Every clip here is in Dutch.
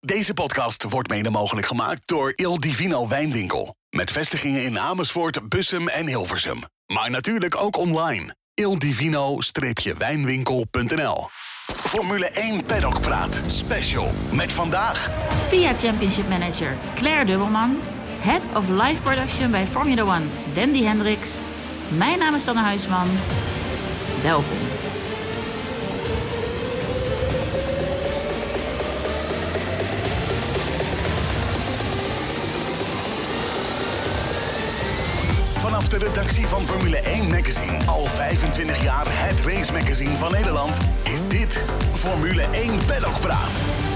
Deze podcast wordt mede mogelijk gemaakt door Il Divino Wijnwinkel. Met vestigingen in Amersfoort, Bussum en Hilversum. Maar natuurlijk ook online. ildivino-wijnwinkel.nl. Formule 1 Paddock Praat Special. Met vandaag FIA Championship Manager Claire Dubbelman. Head of Live Production bij Formula 1 Wendy Hendricks. Mijn naam is Sanne Huisman. Welkom. vanaf de redactie van Formule 1 Magazine. Al 25 jaar het race magazine van Nederland. Is dit Formule 1 Paddock Praat.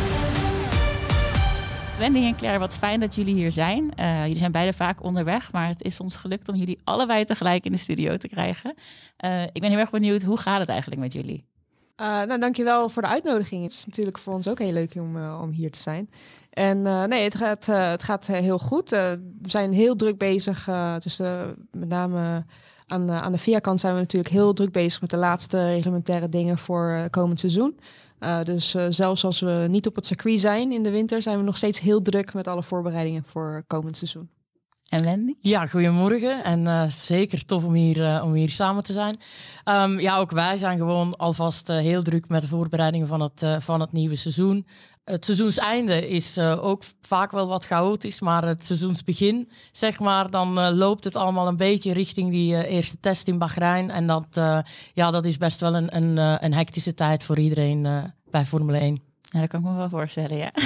Wendy en Claire, wat fijn dat jullie hier zijn. Jullie zijn beide vaak onderweg, maar het is ons gelukt om jullie allebei tegelijk in de studio te krijgen. Ik ben heel erg benieuwd, hoe gaat het eigenlijk met jullie? Dankjewel voor de uitnodiging. Het is natuurlijk voor ons ook heel leuk om hier te zijn. En het gaat heel goed. We zijn heel druk bezig. Met name aan de FIA-kant zijn we natuurlijk heel druk bezig met de laatste reglementaire dingen voor komend seizoen. Dus zelfs als we niet op het circuit zijn in de winter, zijn we nog steeds heel druk met alle voorbereidingen voor komend seizoen. En Wendy? Ja, goedemorgen. En zeker tof om hier samen te zijn. Ook wij zijn gewoon alvast heel druk met de voorbereidingen van het nieuwe seizoen. Het seizoenseinde is ook vaak wel wat chaotisch, maar het seizoensbegin, zeg maar, dan loopt het allemaal een beetje richting die eerste test in Bahrein. En dat is best wel een hectische tijd voor iedereen bij Formule 1. Ja, dat kan ik me wel voorstellen, ja.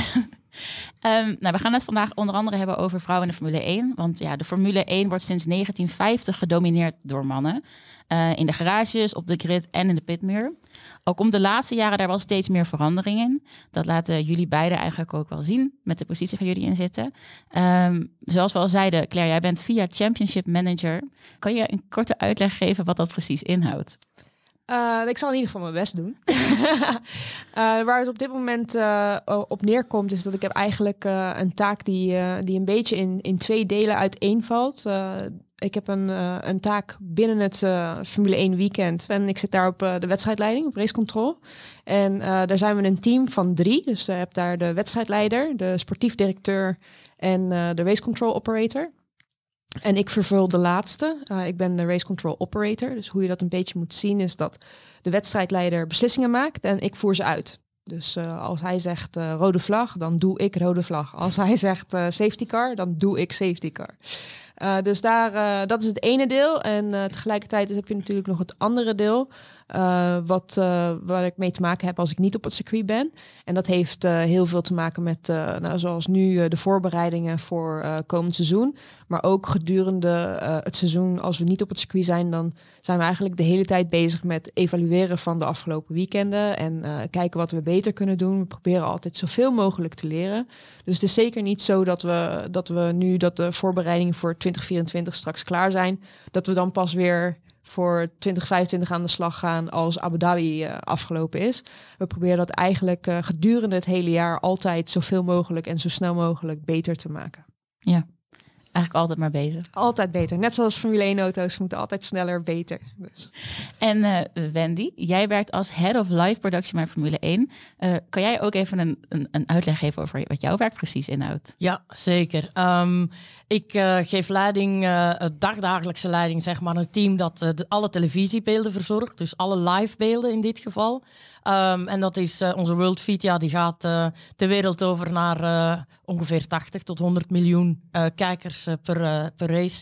We gaan het vandaag onder andere hebben over vrouwen in de Formule 1. Want ja, de Formule 1 wordt sinds 1950 gedomineerd door mannen. In de garages, op de grid en in de pitmuur. Al komt de laatste jaren daar wel steeds meer verandering in. Dat laten jullie beiden eigenlijk ook wel zien met de positie waar jullie in zitten. Zoals we al zeiden, Claire, jij bent FIA Championship Manager. Kan je een korte uitleg geven wat dat precies inhoudt? Ik zal in ieder geval mijn best doen. Waar het op dit moment op neerkomt, is dat ik heb eigenlijk een taak die een beetje in twee delen uiteenvalt. Ik heb een taak binnen het Formule 1 weekend. En ik zit daar op de wedstrijdleiding, op race control. En daar zijn we een team van 3. Dus je hebt daar de wedstrijdleider, de sportief directeur en de race control operator. En ik vervul de laatste. Ik ben de race control operator. Dus hoe je dat een beetje moet zien is dat de wedstrijdleider beslissingen maakt en ik voer ze uit. Dus als hij zegt rode vlag, dan doe ik rode vlag. Als hij zegt safety car, dan doe ik safety car. Dus dat is het ene deel. En tegelijkertijd heb je natuurlijk nog het andere deel. Waar ik mee te maken heb als ik niet op het circuit ben. En dat heeft heel veel te maken met, zoals nu, de voorbereidingen voor komend seizoen. Maar ook gedurende het seizoen, als we niet op het circuit zijn, dan zijn we eigenlijk de hele tijd bezig met evalueren van de afgelopen weekenden. En kijken wat we beter kunnen doen. We proberen altijd zoveel mogelijk te leren. Dus het is zeker niet zo dat we nu dat de voorbereidingen voor 2024 straks klaar zijn, dat we dan pas weer voor 2025 aan de slag gaan als Abu Dhabi afgelopen is. We proberen dat eigenlijk gedurende het hele jaar altijd zoveel mogelijk en zo snel mogelijk beter te maken. Ja, eigenlijk altijd maar bezig. Altijd beter. Net zoals Formule 1 auto's moeten altijd sneller, beter. Dus. En Wendy, jij werkt als Head of Live Production bij Formule 1. Kan jij ook even een uitleg geven over wat jouw werk precies inhoudt? Ja, zeker. Ik geef leiding, dagdagelijkse leiding, zeg maar, een team dat alle televisiebeelden verzorgt. Dus alle live beelden in dit geval. En dat is onze World Feed, die gaat de wereld over naar ongeveer 80 tot 100 miljoen kijkers per race.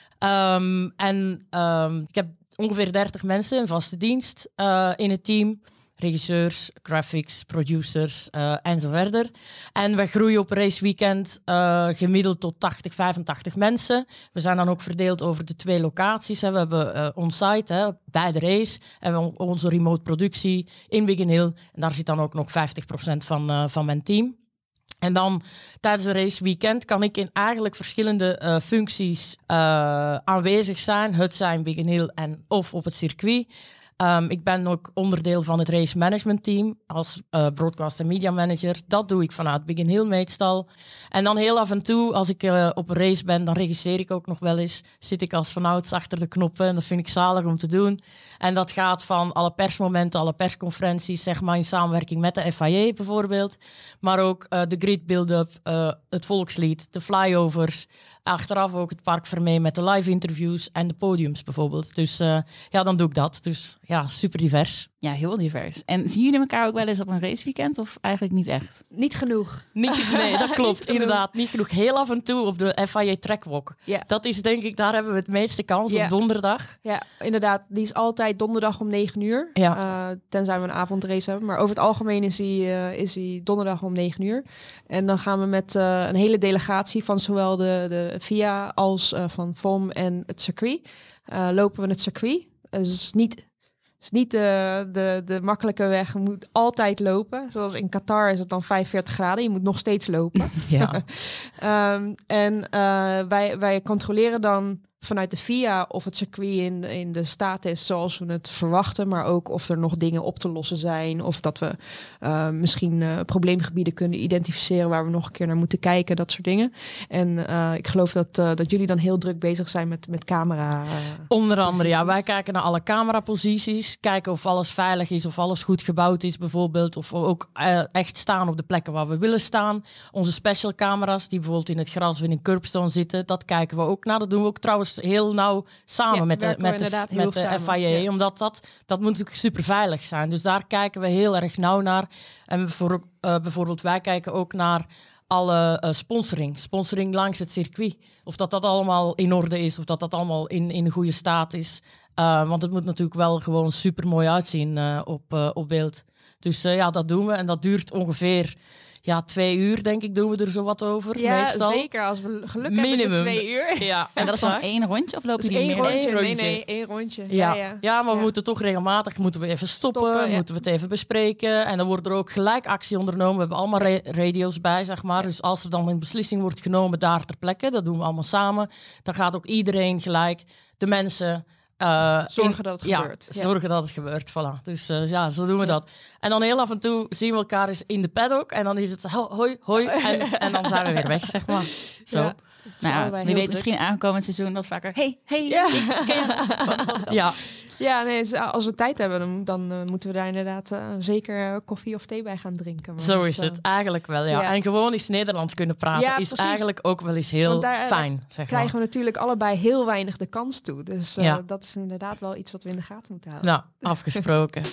Ik heb ongeveer 30 mensen in vaste dienst in het team. Regisseurs, graphics, producers en zo verder. En we groeien op race weekend gemiddeld tot 80, 85 mensen. We zijn dan ook verdeeld over de 2 locaties. Hè. We hebben on-site bij de race. En we hebben onze remote productie in Biggin Hill. En daar zit dan ook nog 50% van mijn team. En dan tijdens een race weekend kan ik in eigenlijk verschillende functies aanwezig zijn. Het zijn Biggin Hill of op het circuit. Ik ben ook onderdeel van het race management team als broadcast en media manager. Dat doe ik vanuit het begin heel meestal. En dan heel af en toe, als ik op een race ben, dan regisseer ik ook nog wel eens. Zit ik als vanouds achter de knoppen en dat vind ik zalig om te doen. En dat gaat van alle persmomenten, alle persconferenties, zeg maar in samenwerking met de FIA bijvoorbeeld. Maar ook de grid build-up, het volkslied, de flyovers. Achteraf ook het Parc Fermé met de live interviews en de podiums bijvoorbeeld. Dus dan doe ik dat. Dus ja, super divers. Ja, heel divers. En zien jullie elkaar ook wel eens op een raceweekend of eigenlijk niet echt? Niet genoeg. Nee, dat klopt. Inderdaad, niet genoeg. Heel af en toe op de FIA Trackwalk. Ja. Dat is denk ik, daar hebben we het meeste kans op donderdag. Ja, inderdaad. Die is altijd donderdag om 9:00. Ja. Tenzij we een avondrace hebben. Maar over het algemeen is die donderdag om 9:00. En dan gaan we met een hele delegatie van zowel de FIA als van FOM en het circuit. Lopen we het circuit. Dus het is niet de makkelijke weg. Je moet altijd lopen. Zoals in Qatar is het dan 45 graden. Je moet nog steeds lopen. Ja. Wij controleren dan vanuit de FIA of het circuit in de staat is zoals we het verwachten. Maar ook of er nog dingen op te lossen zijn. Of dat we misschien probleemgebieden kunnen identificeren waar we nog een keer naar moeten kijken. Dat soort dingen. En ik geloof dat jullie dan heel druk bezig zijn met camera. Onder andere, ja. Wij kijken naar alle cameraposities. Kijken of alles veilig is, of alles goed gebouwd is bijvoorbeeld. Of we ook echt staan op de plekken waar we willen staan. Onze special camera's die bijvoorbeeld in het gras of in een curbstone zitten. Dat kijken we ook naar. Dat doen we ook trouwens heel nauw samen met de FIA. Ja. Omdat dat moet natuurlijk super veilig zijn. Dus daar kijken we heel erg nauw naar. En bijvoorbeeld wij kijken ook naar alle sponsoring langs het circuit. Of dat allemaal in orde is, of dat allemaal in een goede staat is. Want het moet natuurlijk wel gewoon super mooi uitzien op beeld. Dus dat doen we. En dat duurt ongeveer 2 uur, denk ik, doen we er zo wat over. Ja, meestal. Zeker. Als we geluk hebben, is het 2 uur. Ja, En dat is dan 1 rondje of lopen jullie meer? Rondje. Rondje. Nee, 1 rondje. Ja, maar we moeten toch regelmatig we even stoppen, moeten we het even bespreken. En dan wordt er ook gelijk actie ondernomen. We hebben allemaal radio's bij, zeg maar. Ja. Dus als er dan een beslissing wordt genomen daar ter plekke, dat doen we allemaal samen, dan gaat ook iedereen gelijk, de mensen zorgen dat het gebeurt. Zorgen dat het gebeurt, voilà. Dus zo doen we dat. En dan heel af en toe zien we elkaar eens in de paddock en dan is het hoi en dan zijn we weer weg, zeg maar. Zo. Ja. Nou, wie weet misschien aankomend seizoen dat vaker. Hey. Ja, nee, als we tijd hebben, dan moeten we daar inderdaad zeker koffie of thee bij gaan drinken. Maar zo is het eigenlijk wel, ja. En gewoon eens Nederlands kunnen praten is eigenlijk ook wel eens heel fijn. Zeg krijgen we natuurlijk allebei heel weinig de kans toe. Dus dat is inderdaad wel iets wat we in de gaten moeten houden. Nou, afgesproken.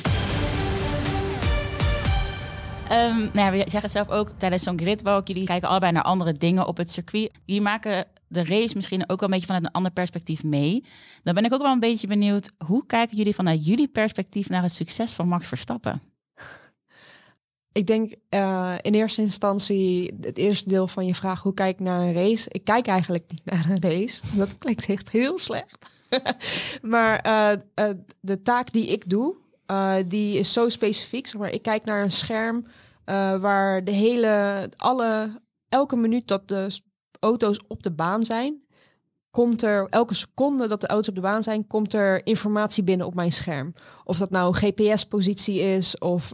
Je zegt het zelf ook tijdens zo'n gridwalk. Jullie kijken allebei naar andere dingen op het circuit. Jullie maken de race misschien ook wel een beetje vanuit een ander perspectief mee. Dan ben ik ook wel een beetje benieuwd. Hoe kijken jullie vanuit jullie perspectief naar het succes van Max Verstappen? Ik denk in eerste instantie het eerste deel van je vraag. Hoe kijk ik naar een race? Ik kijk eigenlijk niet naar een race. Dat klinkt echt heel slecht. Maar de taak die ik doe, die is zo specifiek. Zeg maar, ik kijk naar een scherm waar elke minuut dat de auto's op de baan zijn, komt er elke seconde dat de auto's op de baan zijn, komt er informatie binnen op mijn scherm. Of dat nou GPS-positie is, of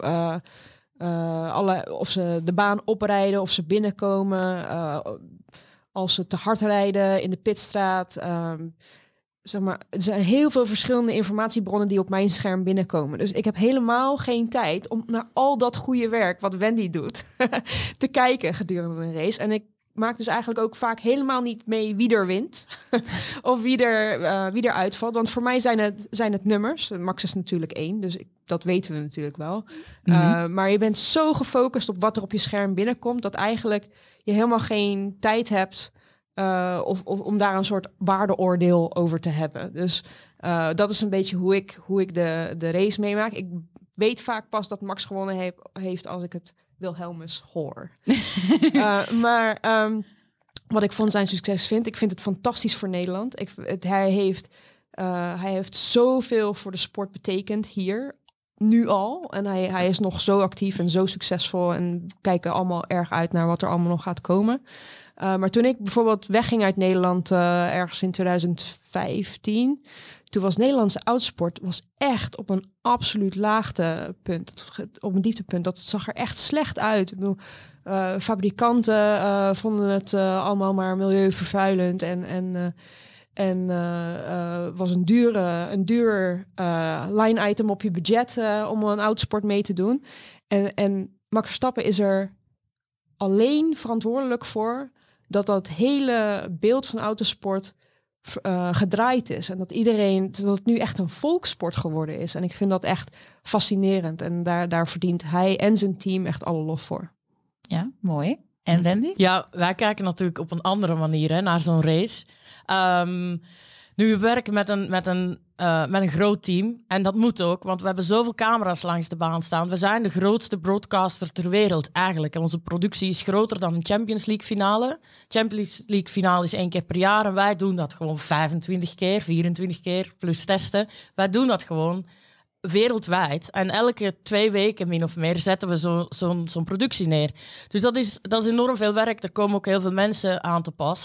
of ze de baan oprijden, of ze binnenkomen, als ze te hard rijden in de pitstraat. Zeg maar, er zijn heel veel verschillende informatiebronnen die op mijn scherm binnenkomen. Dus ik heb helemaal geen tijd om naar al dat goede werk wat Wendy doet te kijken gedurende een race. En ik maak dus eigenlijk ook vaak helemaal niet mee wie er wint of wie er uitvalt. Want voor mij zijn het nummers. Max is natuurlijk 1, dus dat weten we natuurlijk wel. Mm-hmm. Maar je bent zo gefocust op wat er op je scherm binnenkomt, dat eigenlijk je helemaal geen tijd hebt of om daar een soort waardeoordeel over te hebben. Dus dat is een beetje hoe ik de race meemaak. Ik weet vaak pas dat Max gewonnen heeft als ik het Wilhelmus hoor. Maar wat ik van zijn succes vind, ik vind het fantastisch voor Nederland. Hij heeft zoveel voor de sport betekend hier. nu al. En hij is nog zo actief en zo succesvol. En we kijken allemaal erg uit naar wat er allemaal nog gaat komen. Maar toen ik bijvoorbeeld wegging uit Nederland ergens in 2015... Toen was Nederlandse oudsport echt op een absoluut laagtepunt. Op een dieptepunt. Dat zag er echt slecht uit. Ik bedoel, fabrikanten vonden het allemaal maar milieuvervuilend. En was een duur line item op je budget om een oudsport mee te doen. En Max Verstappen is er alleen verantwoordelijk voor dat hele beeld van autosport gedraaid is. En dat het nu echt een volkssport geworden is. En ik vind dat echt fascinerend. En daar verdient hij en zijn team echt alle lof voor. Ja, mooi. En Wendy? Ja, wij kijken natuurlijk op een andere manier naar zo'n race. Nu, we werken met een groot team. En dat moet ook, want we hebben zoveel camera's langs de baan staan. We zijn de grootste broadcaster ter wereld eigenlijk. En onze productie is groter dan een Champions League finale. Champions League finale is 1 keer per jaar. En wij doen dat gewoon 25 keer, 24 keer, plus testen. Wij doen dat gewoon wereldwijd. En elke 2 weken min of meer zetten we zo'n productie neer. Dus dat is enorm veel werk. Er komen ook heel veel mensen aan te pas.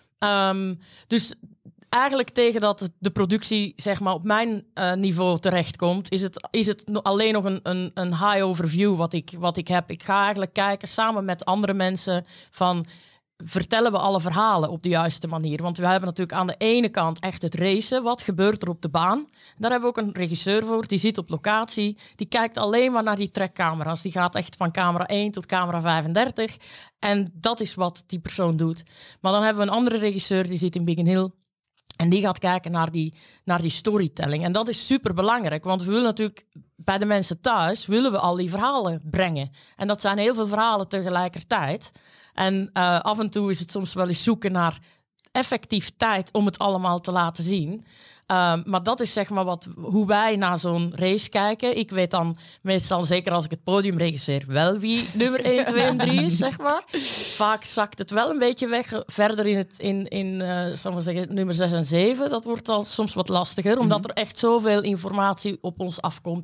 Dus eigenlijk tegen dat de productie zeg maar op mijn niveau terechtkomt, is het alleen nog een high overview wat ik heb. Ik ga eigenlijk kijken samen met andere mensen van, vertellen we alle verhalen op de juiste manier? Want we hebben natuurlijk aan de ene kant echt het racen. Wat gebeurt er op de baan? Daar hebben we ook een regisseur voor. Die zit op locatie. Die kijkt alleen maar naar die trackcamera's. Die gaat echt van camera 1 tot camera 35. En dat is wat die persoon doet. Maar dan hebben we een andere regisseur. Die zit in Biggin Hill. En die gaat kijken naar die storytelling. En dat is super belangrijk. Want we willen natuurlijk bij de mensen thuis willen we al die verhalen brengen. En dat zijn heel veel verhalen tegelijkertijd. En af en toe is het soms wel eens zoeken naar effectief tijd om het allemaal te laten zien. Maar dat is zeg maar hoe wij naar zo'n race kijken. Ik weet dan meestal, zeker als ik het podium regisseer, wel wie nummer 1, 2 en 3 is, zeg maar. Vaak zakt het wel een beetje weg. Verder zal maar zeggen, nummer 6 en 7. Dat wordt dan soms wat lastiger, omdat er echt zoveel informatie op ons afkomt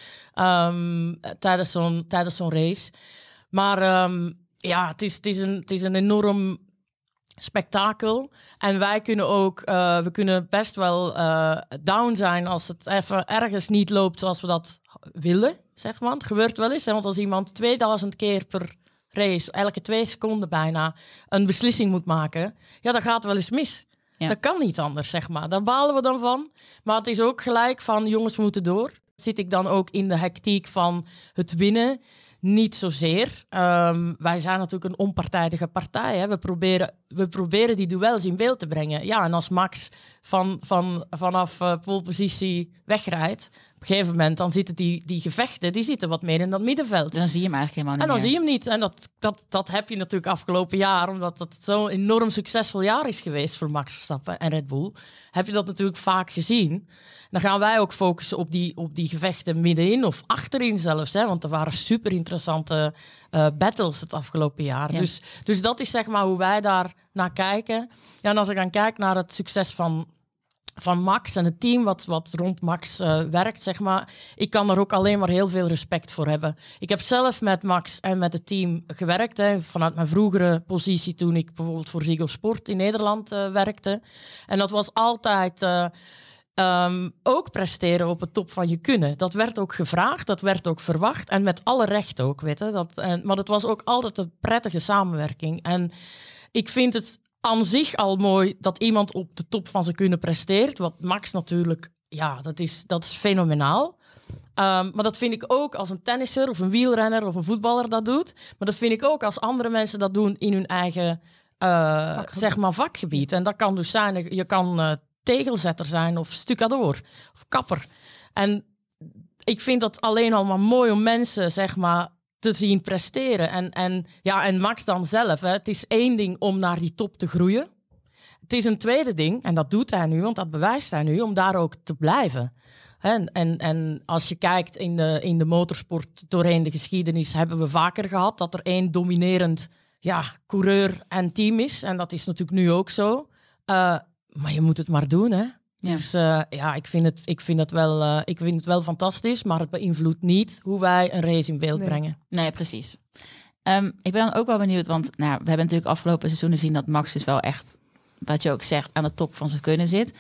tijdens zo'n race. Maar ja, het is een enorm spektakel. En wij kunnen ook, we kunnen best wel down zijn als het even ergens niet loopt zoals we dat willen, zeg maar. Het gebeurt wel eens, hè? Want als iemand 2000 keer per race, elke 2 seconden bijna, een beslissing moet maken, ja, dan gaat het wel eens mis. Ja. Dat kan niet anders, zeg maar. Daar balen we dan van. Maar het is ook gelijk van, jongens, we moeten door. Zit ik dan ook in de hectiek van het winnen? Niet zozeer. Wij zijn natuurlijk een onpartijdige partij. Hè. We proberen die duels in beeld te brengen. Ja, en als Max vanaf polepositie wegrijdt, op een gegeven moment, dan zitten die gevechten, die zitten wat meer in dat middenveld. Dan zie je hem eigenlijk helemaal niet En dan meer. zie je hem niet. En dat heb je natuurlijk afgelopen jaar, omdat het zo'n enorm succesvol jaar is geweest voor Max Verstappen en Red Bull, heb je dat natuurlijk vaak gezien. Dan gaan wij ook focussen op die gevechten middenin of achterin zelfs. Hè, want er waren super interessante battles het afgelopen jaar. Ja. Dus dat is zeg maar hoe wij daar naar kijken. Ja, en als ik dan kijk naar het succes van Max en het team wat rond Max werkt, zeg maar. Ik kan er ook alleen maar heel veel respect voor hebben. Ik heb zelf met Max en met het team gewerkt. Hè, vanuit mijn vroegere positie toen ik bijvoorbeeld voor Ziggo Sport in Nederland werkte. En dat was altijd ook presteren op het top van je kunnen. Dat werd ook gevraagd, dat werd ook verwacht. En met alle recht ook, weet je. Maar het was ook altijd een prettige samenwerking. En ik vind het aan zich al mooi dat iemand op de top van zijn kunnen presteert. Wat Max natuurlijk, ja, dat is fenomenaal. Maar dat vind ik ook als een tennisser of een wielrenner of een voetballer dat doet. Maar dat vind ik ook als andere mensen dat doen in hun eigen zeg maar vakgebied. En dat kan dus zijn, je kan tegelzetter zijn of stucadoor of kapper. En ik vind dat alleen al maar mooi om mensen, zeg maar, te zien presteren. En Max dan zelf. Hè. Het is 1 ding om naar die top te groeien. Het is een tweede ding, en dat doet hij nu, want dat bewijst hij nu, om daar ook te blijven. En als je kijkt in de motorsport doorheen de geschiedenis, hebben we vaker gehad dat er 1 dominerend coureur en team is. En dat is natuurlijk nu ook zo. Maar je moet het maar doen, hè. Ja. Dus ik vind het wel fantastisch, maar het beïnvloedt niet hoe wij een race in beeld brengen. Nee, precies. Ik ben dan ook wel benieuwd, want we hebben natuurlijk afgelopen seizoenen gezien dat Max dus wel echt, wat je ook zegt, aan de top van zijn kunnen zit.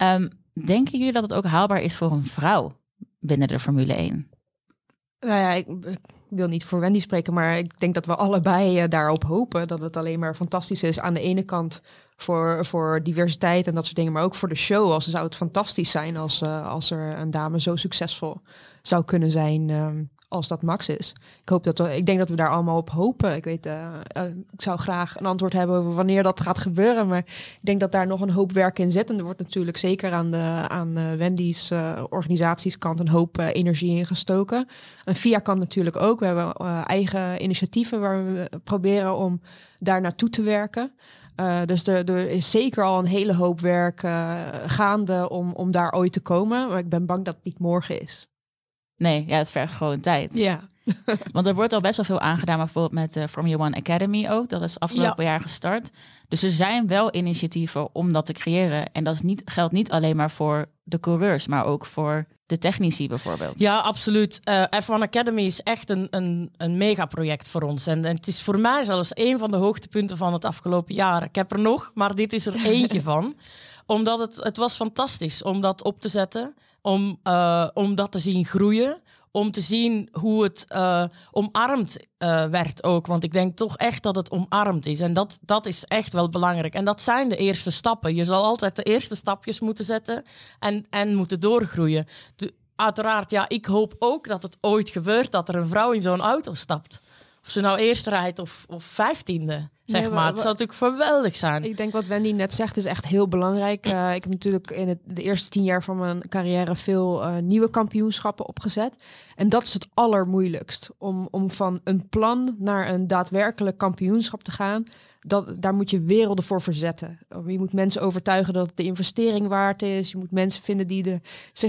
Denken jullie dat het ook haalbaar is voor een vrouw binnen de Formule 1? Nou ja, ik wil niet voor Wendy spreken, maar ik denk dat we allebei daarop hopen dat het alleen maar fantastisch is. Aan de ene kant voor diversiteit en dat soort dingen, maar ook voor de show. Als zou het fantastisch zijn als er een dame zo succesvol zou kunnen zijn als dat Max is. Ik denk dat we daar allemaal op hopen. Ik zou graag een antwoord hebben over wanneer dat gaat gebeuren, maar ik denk dat daar nog een hoop werk in zit. En er wordt natuurlijk zeker aan Wendy's organisaties-kant een hoop energie in gestoken. En VIA kant natuurlijk ook. We hebben eigen initiatieven waar we proberen om daar naartoe te werken. Dus er is zeker al een hele hoop werk gaande om daar ooit te komen. Maar ik ben bang dat het niet morgen is. Nee, ja, het vergt gewoon tijd. Ja. Want er wordt al best wel veel aangedaan, bijvoorbeeld met de Formula One Academy ook. Dat is afgelopen jaar gestart. Dus er zijn wel initiatieven om dat te creëren. En dat geldt niet alleen maar voor de coureurs, maar ook voor de technici bijvoorbeeld. Ja, absoluut. F1 Academy is echt een megaproject voor ons. En het is voor mij zelfs een van de hoogtepunten van het afgelopen jaar. Ik heb er nog, maar dit is er eentje van. Omdat het was fantastisch om dat op te zetten. Om dat te zien groeien. Om te zien hoe het omarmd werd ook. Want ik denk toch echt dat het omarmd is. En dat is echt wel belangrijk. En dat zijn de eerste stappen. Je zal altijd de eerste stapjes moeten zetten en moeten doorgroeien. Uiteraard, ja, ik hoop ook dat het ooit gebeurt dat er een vrouw in zo'n auto stapt. Of ze nou eerst rijdt of 15e, zeg maar. Het zou natuurlijk geweldig zijn. Ik denk wat Wendy net zegt is echt heel belangrijk. Ik heb natuurlijk in de eerste 10 jaar van mijn carrière veel nieuwe kampioenschappen opgezet. En dat is het allermoeilijkst. Om van een plan naar een daadwerkelijk kampioenschap te gaan. Daar moet je werelden voor verzetten. Je moet mensen overtuigen dat het de investering waard is. Je moet mensen vinden die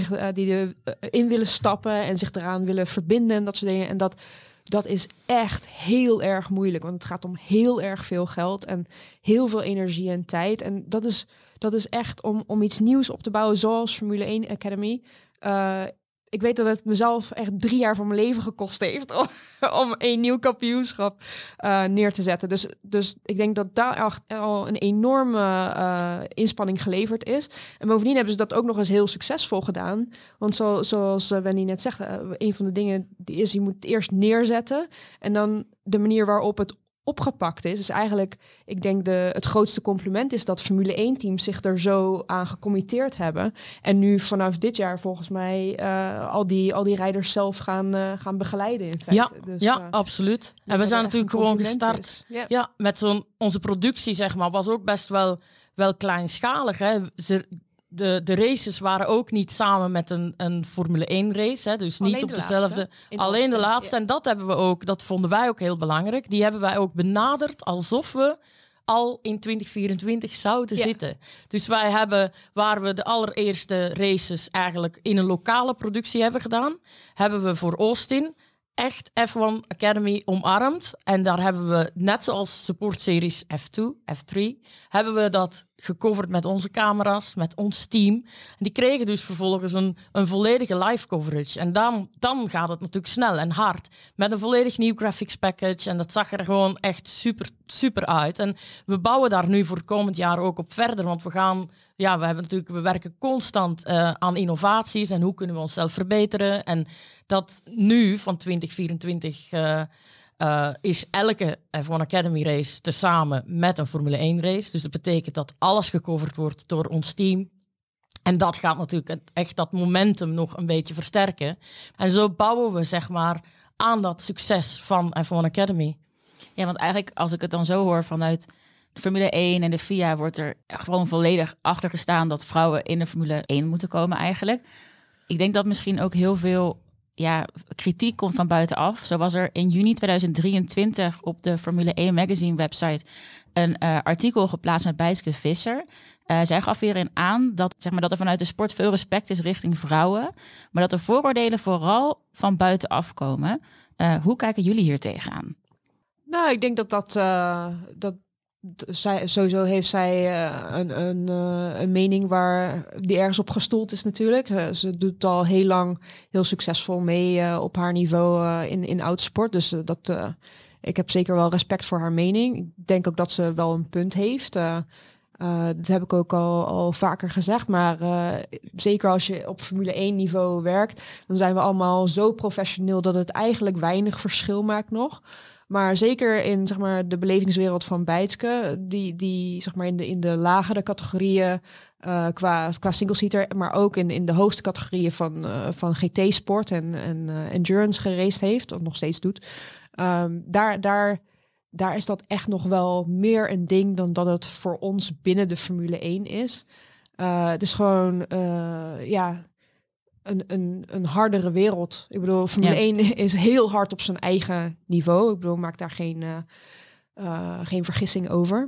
erin willen stappen en zich eraan willen verbinden en dat soort dingen. En dat is echt heel erg moeilijk, want het gaat om heel erg veel geld en heel veel energie en tijd. En dat is echt om iets nieuws op te bouwen, zoals Formule 1 Academy. Ik weet dat het mezelf echt 3 jaar van mijn leven gekost heeft om een nieuw kampioenschap neer te zetten. Dus ik denk dat daar al een enorme inspanning geleverd is. En bovendien hebben ze dat ook nog eens heel succesvol gedaan. Want zoals Wendy net zegt, een van de dingen is, je moet het eerst neerzetten. En dan de manier waarop het opgepakt is eigenlijk, ik denk het grootste compliment is dat Formule 1-teams zich er zo aan gecommitteerd hebben. En nu vanaf dit jaar volgens mij al die rijders zelf gaan begeleiden in feite. Ja, absoluut. En we zijn natuurlijk gewoon gestart. Ja, met onze productie, zeg maar, was ook best wel kleinschalig. Hè. De races waren ook niet samen met een Formule 1 race. Hè, dus niet op dezelfde. Alleen de laatste. Ja. En dat vonden wij ook heel belangrijk. Die hebben wij ook benaderd alsof we al in 2024 zouden zitten. Dus wij hebben, waar we de allereerste races eigenlijk in een lokale productie hebben gedaan, hebben we voor Austin echt F1 Academy omarmd. En daar hebben we, net zoals supportseries F2, F3, hebben we dat gecoverd met onze camera's, met ons team. En die kregen dus vervolgens een volledige live coverage. En dan gaat het natuurlijk snel en hard. Met een volledig nieuw graphics package. En dat zag er gewoon echt super, super uit. En we bouwen daar nu voor komend jaar ook op verder. Want we werken constant aan innovaties. En hoe kunnen we onszelf verbeteren. En dat nu, van 2024... is elke F1 Academy race tezamen met een Formule 1 race. Dus dat betekent dat alles gecoverd wordt door ons team. En dat gaat natuurlijk echt dat momentum nog een beetje versterken. En zo bouwen we, zeg maar, aan dat succes van F1 Academy. Ja, want eigenlijk als ik het dan zo hoor vanuit de Formule 1 en de FIA, wordt er gewoon volledig achter gestaan dat vrouwen in de Formule 1 moeten komen eigenlijk. Ik denk dat misschien ook heel veel kritiek komt van buitenaf. Zo was er in juni 2023 op de Formule 1 magazine website een artikel geplaatst met Bijtske Visser. Zij gaf hierin aan dat er vanuit de sport veel respect is richting vrouwen, maar dat de vooroordelen vooral van buitenaf komen. Hoe kijken jullie hier tegenaan? Nou, ik denk dat Sowieso heeft zij een mening die ergens op gestoeld is natuurlijk. Ze doet al heel lang heel succesvol mee op haar niveau in oudsport. Dus ik heb zeker wel respect voor haar mening. Ik denk ook dat ze wel een punt heeft. Dat heb ik ook al vaker gezegd. Maar zeker als je op Formule 1 niveau werkt, dan zijn we allemaal zo professioneel dat het eigenlijk weinig verschil maakt nog. Maar zeker in zeg maar, de belevingswereld van Bijtske, die zeg maar, in de lagere categorieën qua single-seater, maar ook in de hoogste categorieën van GT-sport en endurance geraced heeft, of nog steeds doet. Daar is dat echt nog wel meer een ding dan dat het voor ons binnen de Formule 1 is. Het is gewoon een hardere wereld. Ik bedoel, Formule 1 is heel hard op zijn eigen niveau. Ik bedoel, maak daar geen vergissing over.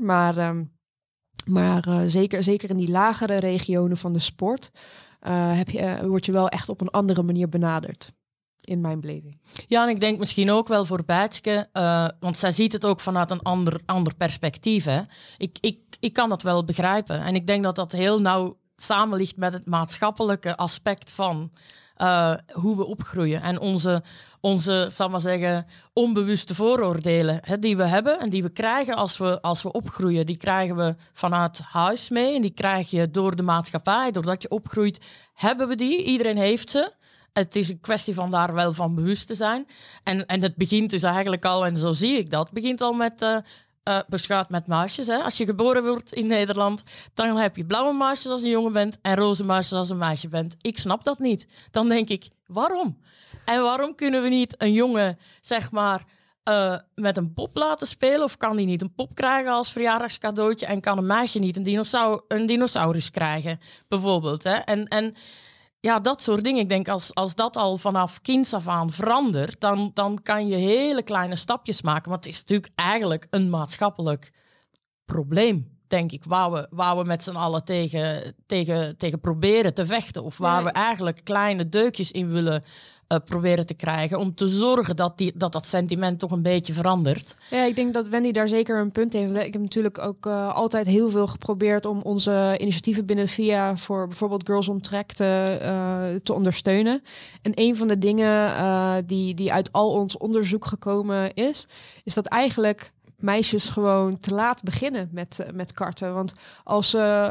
Maar zeker in die lagere regionen van de sport word je wel echt op een andere manier benaderd. In mijn beleving. Ja, en ik denk misschien ook wel voor Bijtske, want zij ziet het ook vanuit een ander perspectief. Hè. Ik kan dat wel begrijpen. En ik denk dat dat heel nauw samen ligt met het maatschappelijke aspect van hoe we opgroeien. En onze zal maar zeggen, onbewuste vooroordelen die we hebben en die we krijgen als we opgroeien. Die krijgen we vanuit huis mee en die krijg je door de maatschappij. Doordat je opgroeit, hebben we die. Iedereen heeft ze. Het is een kwestie van daar wel van bewust te zijn. En het begint dus eigenlijk al, en zo zie ik dat, begint al met beschuit met muisjes. Hè. Als je geboren wordt in Nederland, dan heb je blauwe muisjes als een jongen bent en roze muisjes als een meisje bent. Ik snap dat niet. Dan denk ik, waarom? En waarom kunnen we niet een jongen, zeg maar, met een pop laten spelen? Of kan die niet een pop krijgen als verjaardagscadeautje? En kan een meisje niet een dinosaurus krijgen, bijvoorbeeld? Hè? En ja, dat soort dingen. Ik denk, als dat al vanaf kinds af aan verandert, dan kan je hele kleine stapjes maken. Want het is natuurlijk eigenlijk een maatschappelijk probleem, denk ik, waar we met z'n allen tegen proberen te vechten. Of waar we eigenlijk kleine deukjes in willen proberen te krijgen om te zorgen dat sentiment toch een beetje verandert. Ja, ik denk dat Wendy daar zeker een punt heeft. Ik heb natuurlijk ook altijd heel veel geprobeerd om onze initiatieven binnen VIA voor bijvoorbeeld Girls on Track te ondersteunen. En een van de dingen die uit al ons onderzoek gekomen is dat eigenlijk meisjes gewoon te laat beginnen met karten. Want als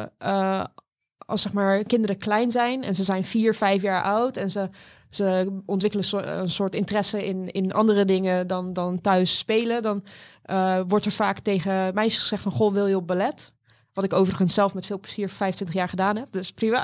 zeg maar kinderen klein zijn en ze zijn 4, 5 jaar oud en ze ontwikkelen een soort interesse in andere dingen dan thuis spelen, dan wordt er vaak tegen meisjes gezegd van, goh, wil je op ballet? Wat ik overigens zelf met veel plezier 25 jaar gedaan heb, dus prima.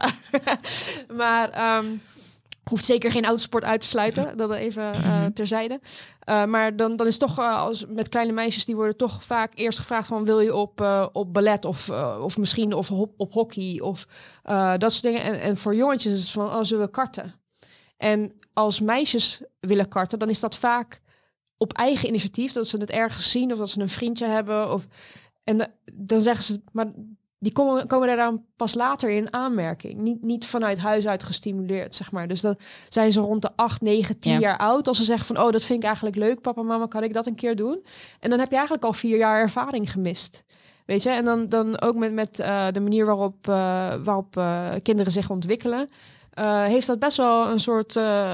Maar hoeft zeker geen autosport uit te sluiten, dat even terzijde. Maar dan is toch, met kleine meisjes, die worden toch vaak eerst gevraagd van, wil je op ballet of misschien op hockey of dat soort dingen. En voor jongetjes is het van, zullen we karten? En als meisjes willen karten, dan is dat vaak op eigen initiatief, dat ze het ergens zien of dat ze een vriendje hebben. En dan zeggen ze, maar die komen daar dan pas later in aanmerking. Niet vanuit huis uit gestimuleerd, zeg maar. Dus dan zijn ze rond de 8, 9, 10 jaar oud. Als ze zeggen van, dat vind ik eigenlijk leuk, papa, mama, kan ik dat een keer doen? En dan heb je eigenlijk al 4 jaar ervaring gemist. Weet je, en dan ook met de manier waarop kinderen zich ontwikkelen, heeft dat best wel een soort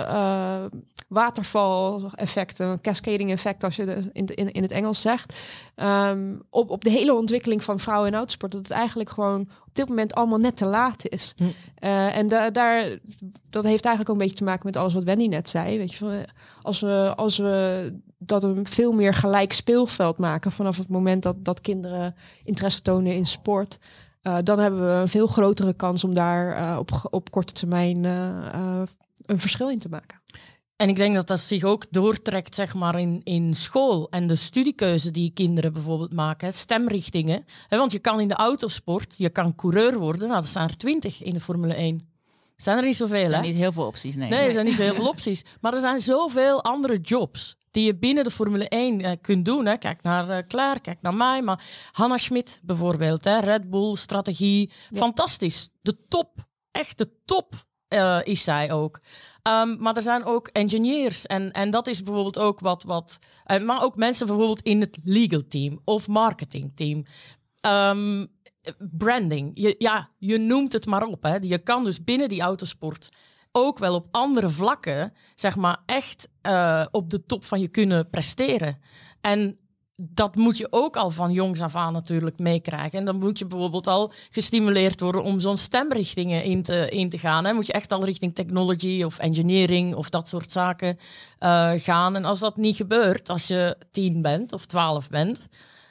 waterval-effect, een cascading-effect, als je in het Engels zegt, op de hele ontwikkeling van vrouwen in autosport. Dat het eigenlijk gewoon op dit moment allemaal net te laat is. En dat heeft eigenlijk ook een beetje te maken met alles wat Wendy net zei. Weet je, als we dat een veel meer gelijk speelveld maken vanaf het moment dat kinderen interesse tonen in sport, dan hebben we een veel grotere kans om daar op korte termijn een verschil in te maken. En ik denk dat dat zich ook doortrekt, zeg maar, in school en de studiekeuze die kinderen bijvoorbeeld maken, stemrichtingen. Want je kan in de autosport, je kan coureur worden, dat zijn er 20 in de Formule 1. Zijn er niet zoveel, hè? Er zijn niet heel veel opties, nee. Nee, er zijn niet zo heel veel opties. Maar er zijn zoveel andere jobs die je binnen de Formule 1 kunt doen. Hè. Kijk naar Claire, kijk naar mij. Maar Hannah Schmidt bijvoorbeeld, hè. Red Bull, strategie. Ja. Fantastisch. De top, echt de top is zij ook. Maar er zijn ook engineers. En dat is bijvoorbeeld ook wat maar ook mensen bijvoorbeeld in het legal team of marketing team. Branding. Je noemt het maar op. Hè. Je kan dus binnen die autosport ook wel op andere vlakken, zeg maar, echt op de top van je kunnen presteren. En dat moet je ook al van jongs af aan natuurlijk meekrijgen. En dan moet je bijvoorbeeld al gestimuleerd worden om zo'n stemrichtingen in te gaan. Hè. Moet je echt al richting technology of engineering of dat soort zaken gaan. En als dat niet gebeurt, als je 10 bent of 12 bent,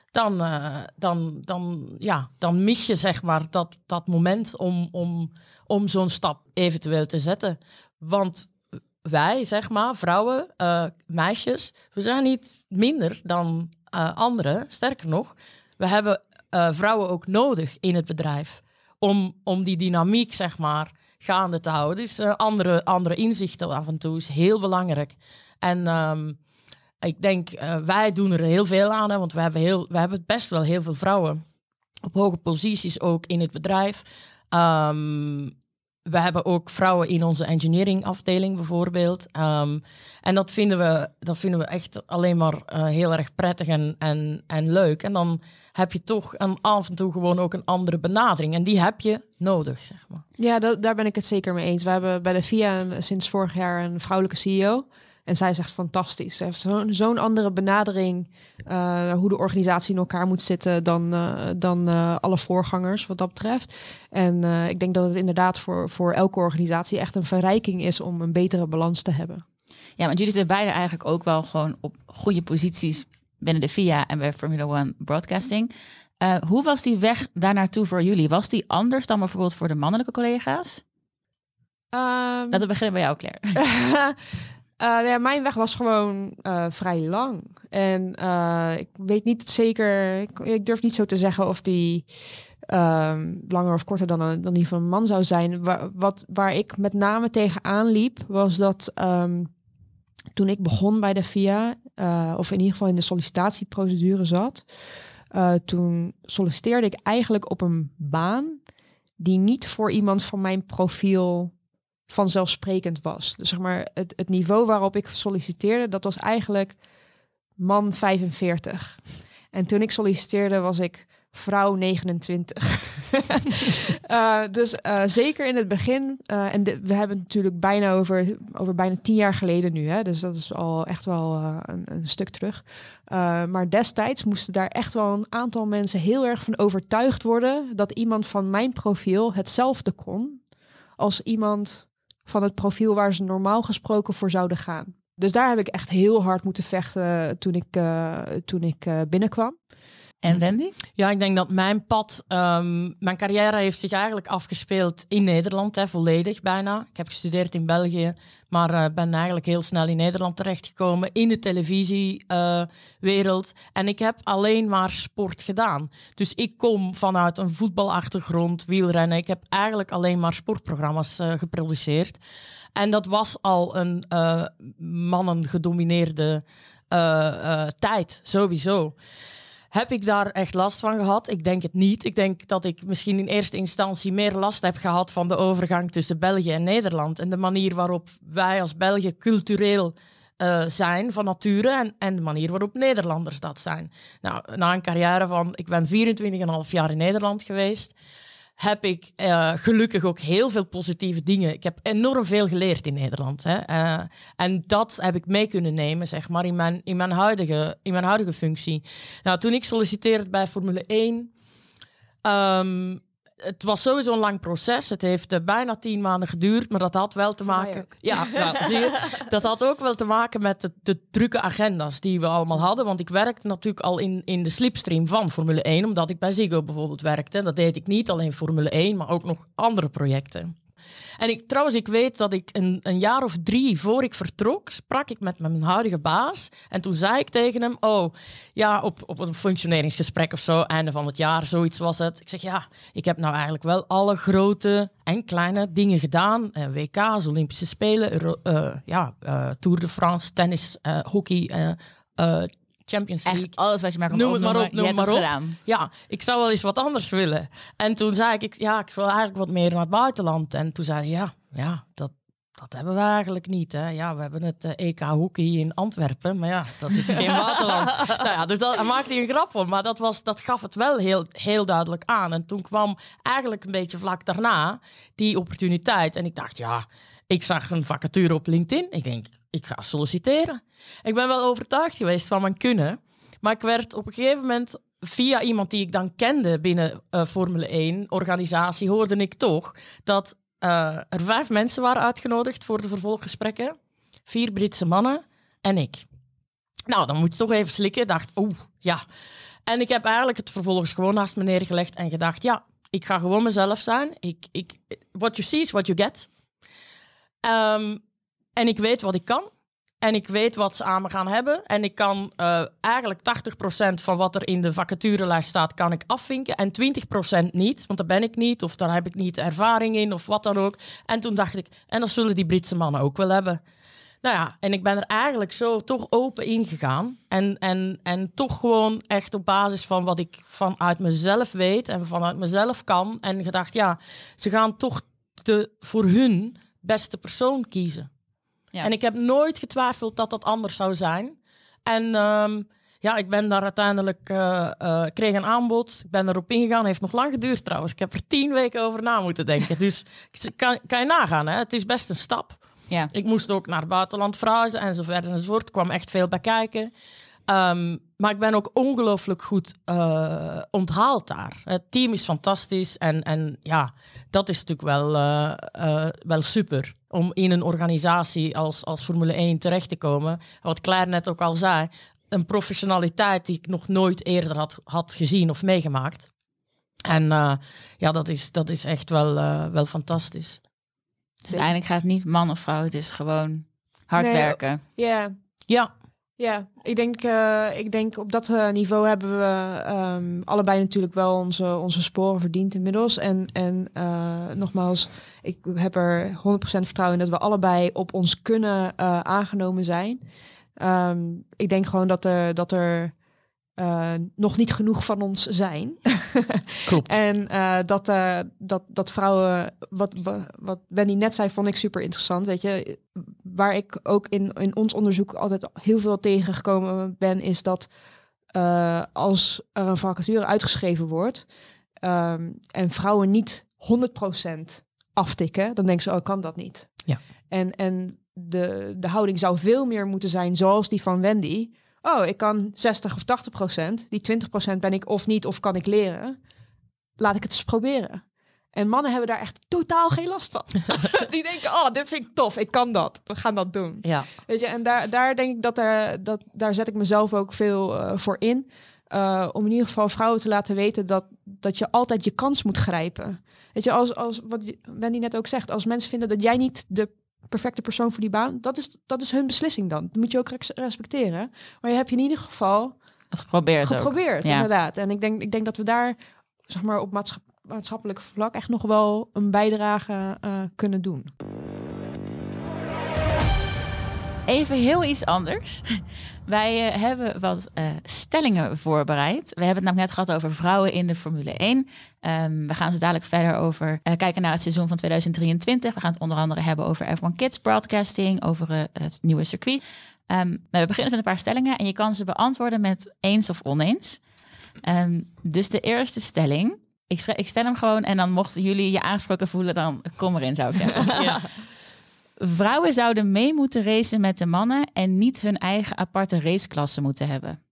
dan mis je zeg maar dat moment om zo'n stap eventueel te zetten. Want wij, zeg maar, vrouwen, meisjes, we zijn niet minder dan anderen. Sterker nog, we hebben vrouwen ook nodig in het bedrijf om die dynamiek, zeg maar, gaande te houden. Dus andere inzichten af en toe is heel belangrijk. En ik denk, wij doen er heel veel aan, hè, want we hebben best wel heel veel vrouwen op hoge posities ook in het bedrijf. We hebben ook vrouwen in onze engineering afdeling bijvoorbeeld. En dat vinden we echt alleen maar heel erg prettig en leuk. En dan heb je toch af en toe gewoon ook een andere benadering. En die heb je nodig, zeg maar. Ja, daar ben ik het zeker mee eens. We hebben bij de VIA sinds vorig jaar een vrouwelijke CEO. En zij is echt fantastisch. Ze heeft zo'n andere benadering hoe de organisatie in elkaar moet zitten dan alle voorgangers wat dat betreft. En ik denk dat het inderdaad voor elke organisatie echt een verrijking is om een betere balans te hebben. Ja, want jullie zijn beide eigenlijk ook wel gewoon op goede posities binnen de VIA en bij Formula One Broadcasting. Hoe was die weg daar naartoe voor jullie? Was die anders dan bijvoorbeeld voor de mannelijke collega's? Laten we beginnen bij jou, Claire. Mijn weg was gewoon vrij lang. En ik weet niet zeker, ik durf niet zo te zeggen of die langer of korter dan die van een man zou zijn. Waar ik met name tegenaan liep, was dat toen ik begon bij de VIA, of in ieder geval in de sollicitatieprocedure zat, toen solliciteerde ik eigenlijk op een baan die niet voor iemand van mijn profiel vanzelfsprekend was. Dus zeg maar, het niveau waarop ik solliciteerde, dat was eigenlijk man 45. En toen ik solliciteerde, was ik vrouw 29. Dus zeker in het begin, en we hebben het natuurlijk bijna over bijna 10 jaar geleden nu, hè? Dus dat is al echt wel een stuk terug. Maar destijds moesten daar echt wel een aantal mensen heel erg van overtuigd worden dat iemand van mijn profiel hetzelfde kon als iemand van het profiel waar ze normaal gesproken voor zouden gaan. Dus daar heb ik echt heel hard moeten vechten toen ik binnenkwam. En Wendy? Ja, ik denk dat mijn pad, mijn carrière heeft zich eigenlijk afgespeeld in Nederland, volledig bijna. Ik heb gestudeerd in België, maar ben eigenlijk heel snel in Nederland terechtgekomen, in de televisiewereld. En ik heb alleen maar sport gedaan. Dus ik kom vanuit een voetbalachtergrond, wielrennen. Ik heb eigenlijk alleen maar sportprogramma's geproduceerd. En dat was al een mannengedomineerde tijd, sowieso. Heb ik daar echt last van gehad? Ik denk het niet. Ik denk dat ik misschien in eerste instantie meer last heb gehad van de overgang tussen België en Nederland. En de manier waarop wij als Belgen cultureel zijn van nature en de manier waarop Nederlanders dat zijn. Nou, na een carrière van, ik ben 24,5 jaar in Nederland geweest, heb ik gelukkig ook heel veel positieve dingen. Ik heb enorm veel geleerd in Nederland. Hè. En dat heb ik mee kunnen nemen, zeg maar, in mijn huidige functie. Nou, toen ik solliciteerde bij Formule 1... het was sowieso een lang proces. Het heeft bijna 10 maanden geduurd, maar dat had wel te maken. Ja, zie je? Dat had ook wel te maken met de drukke agenda's die we allemaal hadden. Want ik werkte natuurlijk al in de slipstream van Formule 1, omdat ik bij Ziggo bijvoorbeeld werkte. Dat deed ik niet alleen Formule 1, maar ook nog andere projecten. En ik weet dat ik een jaar of 3 voor ik vertrok, sprak ik met mijn huidige baas. En toen zei ik tegen hem, op een functioneringsgesprek of zo, einde van het jaar, zoiets was het. Ik zeg, ik heb nou eigenlijk wel alle grote en kleine dingen gedaan. WK's, Olympische Spelen, Tour de France, tennis, hockey, Champions League. Echt alles wat je maar kan noem het maar op, je hebt het gedaan. Ja, ik zou wel eens wat anders willen. En toen zei ik wil eigenlijk wat meer naar het buitenland. En toen zei hij, dat dat hebben we eigenlijk niet. Hè. Ja, we hebben het EK hockey in Antwerpen, maar ja, dat is geen waterland. Nou ja, dus daar maakte hij een grap van, maar dat gaf het wel heel duidelijk aan. En toen kwam eigenlijk een beetje vlak daarna die opportuniteit. En ik dacht, ja, ik zag een vacature op LinkedIn. Ik denk, ik ga solliciteren. Ik ben wel overtuigd geweest van mijn kunnen, maar ik werd op een gegeven moment via iemand die ik dan kende binnen Formule 1 organisatie, hoorde ik toch dat er 5 mensen waren uitgenodigd voor de vervolggesprekken. 4 Britse mannen en ik. Nou, dan moet je toch even slikken. Ik dacht, ja. En ik heb eigenlijk het vervolgens gewoon naast me neergelegd en gedacht, ja, ik ga gewoon mezelf zijn. What you see is what you get. En ik weet wat ik kan. En ik weet wat ze aan me gaan hebben. En ik kan eigenlijk 80% van wat er in de vacaturelijst staat, kan ik afvinken. En 20% niet, want daar ben ik niet. Of daar heb ik niet ervaring in, of wat dan ook. En toen dacht ik, en dat zullen die Britse mannen ook wel hebben. Nou ja, en ik ben er eigenlijk zo toch open ingegaan. En toch gewoon echt op basis van wat ik vanuit mezelf weet en vanuit mezelf kan. En gedacht, ja, ze gaan toch de voor hun beste persoon kiezen. Ja. En ik heb nooit getwijfeld dat dat anders zou zijn. En ja, ik ben daar uiteindelijk, kreeg een aanbod. Ik ben erop ingegaan. Heeft nog lang geduurd trouwens. Ik heb er 10 weken over na moeten denken. Dus kan je nagaan, hè? Het is best een stap. Ja. Ik moest ook naar het buitenland verhuizen en zo verder enzovoort. Er kwam echt veel bij kijken. Maar ik ben ook ongelooflijk goed onthaald daar. Het team is fantastisch. En ja, dat is natuurlijk wel super om in een organisatie als Formule 1 terecht te komen. Wat Claire net ook al zei, een professionaliteit die ik nog nooit eerder had gezien of meegemaakt. En ja, dat is echt wel fantastisch. Dus uiteindelijk gaat het niet man of vrouw, het is gewoon hard werken. Ja. Ja. Ja, ik denk op dat niveau hebben we allebei natuurlijk wel onze sporen verdiend inmiddels. En nogmaals, ik heb er 100% vertrouwen in dat we allebei op ons kunnen aangenomen zijn. Ik denk gewoon dat er nog niet genoeg van ons zijn. Klopt. En dat vrouwen, wat Wendy net zei, vond ik super interessant. Weet je, waar ik ook in ons onderzoek altijd heel veel tegengekomen ben, is dat als er een vacature uitgeschreven wordt en vrouwen niet 100% aftikken, dan denken ze, oh, kan dat niet. Ja. En de houding zou veel meer moeten zijn zoals die van Wendy. Oh, ik kan 60 of 80%. Die 20% ben ik of niet, of kan ik leren. Laat ik het eens proberen. En mannen hebben daar echt totaal geen last van. Die denken, oh, dit vind ik tof. Ik kan dat. We gaan dat doen. Ja. Weet je, en daar denk ik daar zet ik mezelf ook veel voor in. Om in ieder geval vrouwen te laten weten dat je altijd je kans moet grijpen. Weet je, als wat Wendy net ook zegt, als mensen vinden dat jij niet de perfecte persoon voor die baan, dat is hun beslissing dan. Dat moet je ook respecteren. Maar je hebt je in ieder geval geprobeerd, inderdaad. En ik denk dat we daar, zeg maar, op maatschappelijk vlak echt nog wel een bijdrage kunnen doen. Even heel iets anders. Wij hebben wat stellingen voorbereid. We hebben het namelijk net gehad over vrouwen in de Formule 1. We gaan zo dadelijk verder over kijken naar het seizoen van 2023. We gaan het onder andere hebben over F1 Kids broadcasting, over het nieuwe circuit. We beginnen met een paar stellingen en je kan ze beantwoorden met eens of oneens. Dus de eerste stelling, ik stel hem gewoon en dan mochten jullie je aangesproken voelen, dan kom erin, zou ik zeggen. Ja. Vrouwen zouden mee moeten racen met de mannen en niet hun eigen aparte raceklasse moeten hebben.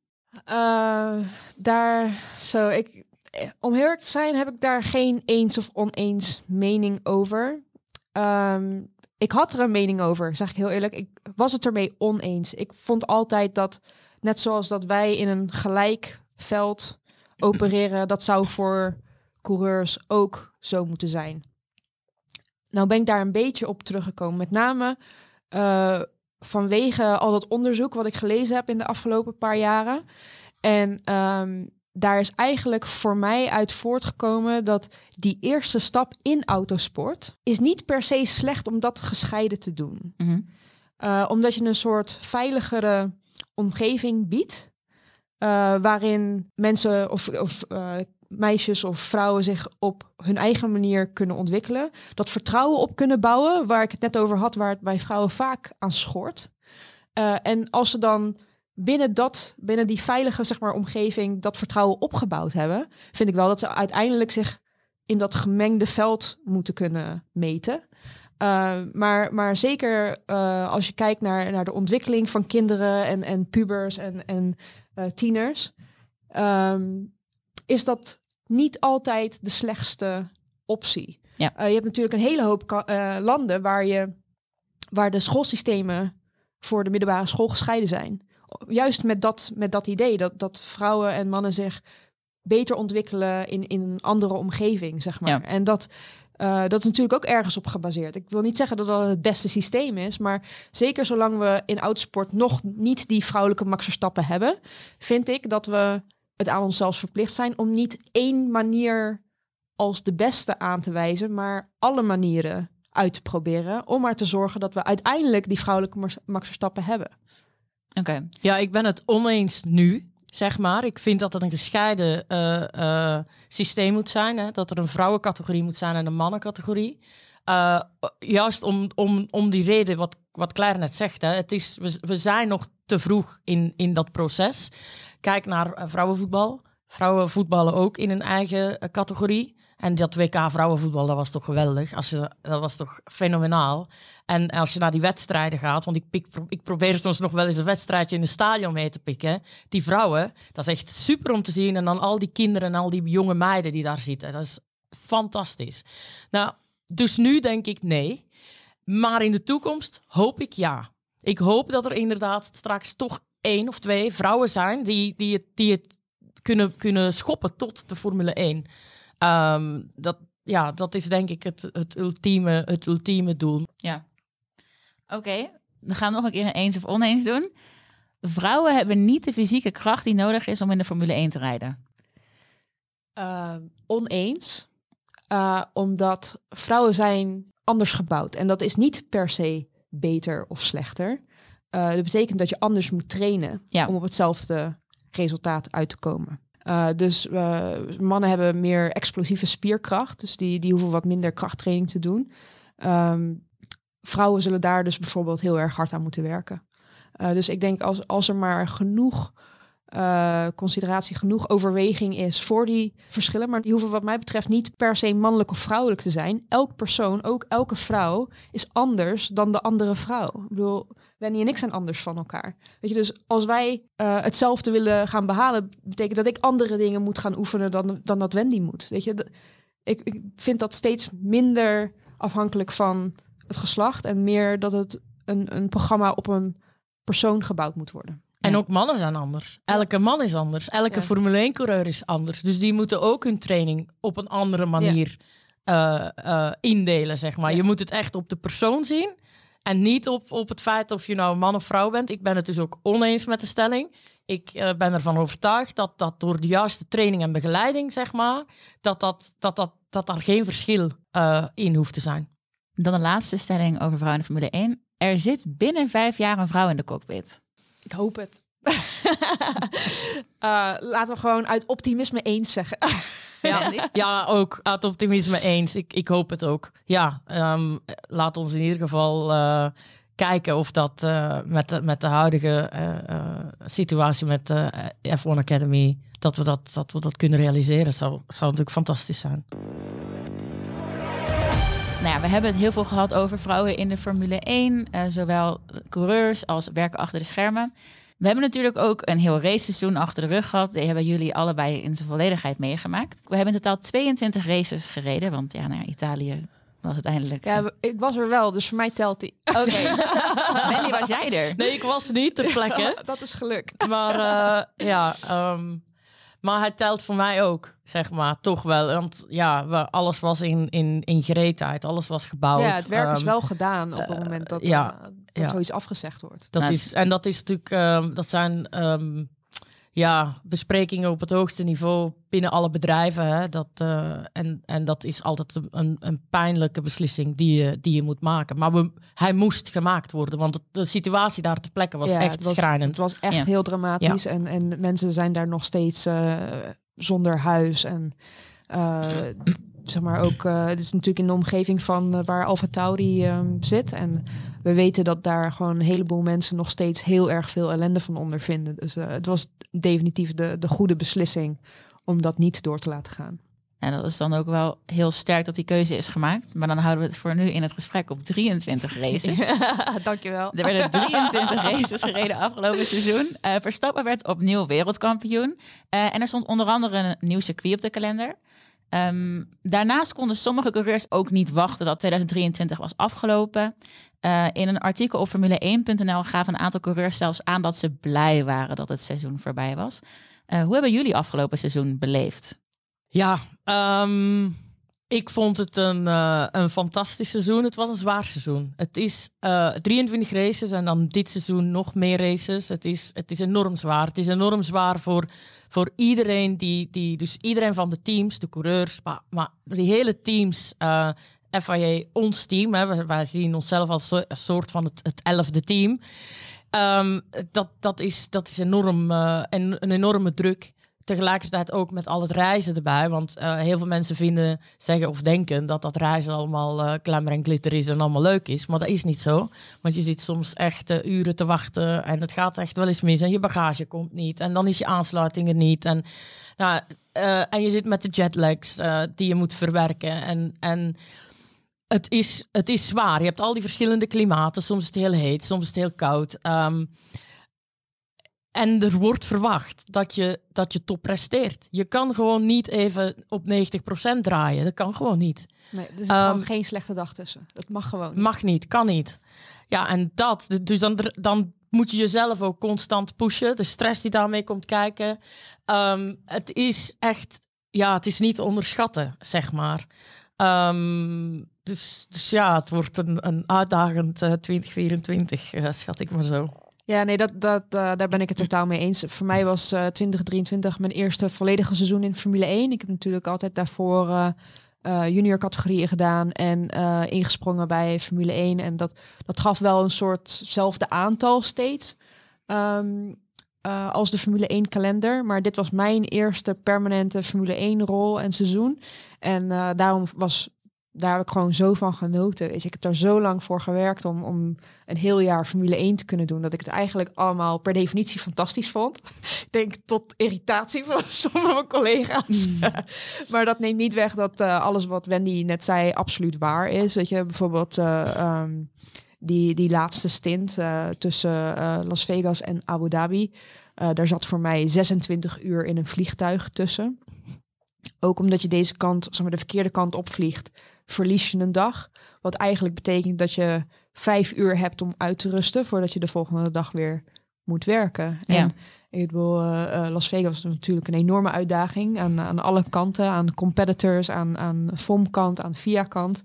Om heel erg te zijn, heb ik daar geen eens of oneens mening over. Ik had er een mening over, zeg ik heel eerlijk. Ik was het ermee oneens. Ik vond altijd dat, net zoals dat wij in een gelijk veld opereren, dat zou voor coureurs ook zo moeten zijn. Nou ben ik daar een beetje op teruggekomen. Met name vanwege al dat onderzoek wat ik gelezen heb in de afgelopen paar jaren. En daar is eigenlijk voor mij uit voortgekomen dat die eerste stap in autosport is niet per se slecht om dat gescheiden te doen. Mm-hmm. Omdat je een soort veiligere omgeving biedt. Waarin mensen of meisjes of vrouwen zich op hun eigen manier kunnen ontwikkelen. Dat vertrouwen op kunnen bouwen, waar ik het net over had, waar het bij vrouwen vaak aan schort. En als ze dan binnen die veilige, zeg maar, omgeving dat vertrouwen opgebouwd hebben, vind ik wel dat ze uiteindelijk zich in dat gemengde veld moeten kunnen meten. Maar zeker als je kijkt naar de ontwikkeling van kinderen en pubers en tieners, is dat niet altijd de slechtste optie. Ja. Je hebt natuurlijk een hele hoop landen waar de schoolsystemen voor de middelbare school gescheiden zijn. Juist met dat idee dat vrouwen en mannen zich beter ontwikkelen in een andere omgeving, zeg maar. Ja. En dat is natuurlijk ook ergens op gebaseerd. Ik wil niet zeggen dat dat het beste systeem is, maar zeker zolang we in oudsport nog niet die vrouwelijke Max Verstappen hebben, vind ik dat we het aan onszelf verplicht zijn om niet één manier als de beste aan te wijzen, maar alle manieren uit te proberen om maar te zorgen dat we uiteindelijk die vrouwelijke Max Verstappen hebben. Oké. Ja, ik ben het oneens nu, zeg maar. Ik vind dat het een gescheiden systeem moet zijn. Hè? Dat er een vrouwencategorie moet zijn en een mannencategorie. Juist om die reden wat Claire net zegt. Hè? We zijn nog te vroeg in dat proces. Kijk naar vrouwenvoetbal. Vrouwen voetballen ook in een eigen categorie. En dat WK vrouwenvoetbal, dat was toch geweldig. Dat was toch fenomenaal. En als je naar die wedstrijden gaat, want ik probeer soms nog wel eens een wedstrijdje in een stadion mee te pikken. Die vrouwen, dat is echt super om te zien. En dan al die kinderen en al die jonge meiden die daar zitten. Dat is fantastisch. Nou, dus nu denk ik nee. Maar in de toekomst hoop ik ja. Ik hoop dat er inderdaad straks toch 1 of 2 vrouwen zijn die het kunnen schoppen tot de Formule 1. Dat is denk ik het ultieme doel. Ja. Oké, dan gaan we nog een keer een eens of oneens doen. Vrouwen hebben niet de fysieke kracht die nodig is om in de Formule 1 te rijden. Oneens. Omdat vrouwen zijn anders gebouwd. En dat is niet per se beter of slechter. Dat betekent dat je anders moet trainen om op hetzelfde resultaat uit te komen. Dus mannen hebben meer explosieve spierkracht. Dus die hoeven wat minder krachttraining te doen. Vrouwen zullen daar dus bijvoorbeeld heel erg hard aan moeten werken. Dus ik denk als er maar genoeg consideratie, genoeg overweging is voor die verschillen. Maar die hoeven wat mij betreft niet per se mannelijk of vrouwelijk te zijn. Elk persoon, ook elke vrouw, is anders dan de andere vrouw. Ik bedoel, Wendy en ik zijn anders van elkaar. Weet je, dus als wij hetzelfde willen gaan behalen, betekent dat ik andere dingen moet gaan oefenen dan dat Wendy moet. Weet je, ik vind dat steeds minder afhankelijk van het geslacht en meer dat het een programma op een persoon gebouwd moet worden. En ook mannen zijn anders. Elke man is anders. Elke Formule 1-coureur is anders. Dus die moeten ook hun training op een andere manier indelen, zeg maar. Ja. Je moet het echt op de persoon zien en niet op het feit of je nou een man of vrouw bent. Ik ben het dus ook oneens met de stelling. Ik ben ervan overtuigd dat door de juiste training en begeleiding, zeg maar, dat daar geen verschil in hoeft te zijn. Dan de laatste stelling over vrouwen in de Formule 1. Er zit binnen 5 jaar een vrouw in de cockpit. Ik hoop het. Laten we gewoon uit optimisme eens zeggen. Ja, ook uit optimisme eens. Ik hoop het ook. Ja, laat ons in ieder geval kijken of dat met de huidige situatie met de F1 Academy, dat we dat kunnen realiseren. Zou natuurlijk fantastisch zijn. Nou ja, we hebben het heel veel gehad over vrouwen in de Formule 1. Zowel coureurs als werken achter de schermen. We hebben natuurlijk ook een heel raceseizoen achter de rug gehad. Die hebben jullie allebei in zijn volledigheid meegemaakt. We hebben in totaal 22 races gereden. Want Italië was uiteindelijk... Ja, ik was er wel, dus voor mij telt die. Oké. Wendy, was jij er? Nee, ik was niet ter plekke. Dat is geluk. Maar maar hij telt voor mij ook, zeg maar, toch wel. Want alles was in gereedheid, alles was gebouwd. Ja, het werk is wel gedaan op het moment dat zoiets afgezegd wordt. Dat is natuurlijk, dat zijn besprekingen op het hoogste niveau binnen alle bedrijven. Hè? En dat is altijd een pijnlijke beslissing die je moet maken. Maar hij moest gemaakt worden, want de situatie daar ter plekke was echt schrijnend. Het was echt heel dramatisch en mensen zijn daar nog steeds zonder huis. En zeg maar ook, het is natuurlijk in de omgeving van waar AlphaTauri zit. En we weten dat daar gewoon een heleboel mensen nog steeds heel erg veel ellende van ondervinden. Dus het was definitief de goede beslissing om dat niet door te laten gaan. En dat is dan ook wel heel sterk dat die keuze is gemaakt. Maar dan houden we het voor nu in het gesprek op 23 races. Dankjewel. Er werden 23 races gereden afgelopen seizoen. Verstappen werd opnieuw wereldkampioen. En er stond onder andere een nieuw circuit op de kalender. Daarnaast konden sommige coureurs ook niet wachten dat 2023 was afgelopen. In een artikel op Formule1.nl gaven een aantal coureurs zelfs aan dat ze blij waren dat het seizoen voorbij was. Hoe hebben jullie afgelopen seizoen beleefd? Ja, ik vond het een fantastisch seizoen. Het was een zwaar seizoen. Het is 23 races en dan dit seizoen nog meer races. Het is enorm zwaar. Het is enorm zwaar voor iedereen, dus iedereen van de teams, de coureurs, maar die hele teams, FIA, ons team. Hè, wij zien onszelf als een soort van het 11e team. Dat is enorm, een enorme druk. Tegelijkertijd ook met al het reizen erbij. Want heel veel mensen zeggen of denken dat reizen allemaal glamour en glitter is en allemaal leuk is. Maar dat is niet zo. Want je zit soms echt uren te wachten en het gaat echt wel eens mis. En je bagage komt niet. En dan is je aansluiting er niet. En je zit met de jetlags die je moet verwerken. En het is zwaar. Je hebt al die verschillende klimaten. Soms is het heel heet, soms is het heel koud. En er wordt verwacht dat je top presteert. Je kan gewoon niet even op 90% draaien. Dat kan gewoon niet. Nee, er zit gewoon geen slechte dag tussen. Dat mag gewoon niet. Mag niet, kan niet. Ja, en dus dan moet je jezelf ook constant pushen. De stress die daarmee komt kijken. Het is echt, het is niet te onderschatten, zeg maar. Dus ja, het wordt een uitdagend 2024, schat ik maar zo. Ja, nee, daar ben ik het totaal mee eens. Voor mij was 2023 mijn eerste volledige seizoen in Formule 1. Ik heb natuurlijk altijd daarvoor junior categorieën gedaan en ingesprongen bij Formule 1. En dat gaf wel een soortzelfde aantal steeds als de Formule 1 kalender. Maar dit was mijn eerste permanente Formule 1 rol en seizoen. En daar heb ik gewoon zo van genoten. Weet je, ik heb daar zo lang voor gewerkt om een heel jaar Formule 1 te kunnen doen, dat ik het eigenlijk allemaal per definitie fantastisch vond. Ik denk tot irritatie van sommige collega's. Maar dat neemt niet weg dat alles wat Wendy net zei absoluut waar is. Dat je bijvoorbeeld die laatste stint tussen Las Vegas en Abu Dhabi. Daar zat voor mij 26 uur in een vliegtuig tussen. Ook omdat je deze kant, zeg maar, de verkeerde kant opvliegt, verlies je een dag. Wat eigenlijk betekent dat je 5 uur hebt om uit te rusten voordat je de volgende dag weer moet werken. Ja. En ik bedoel, Las Vegas was natuurlijk een enorme uitdaging aan alle kanten, aan competitors, aan FOM-kant, aan FIA-kant.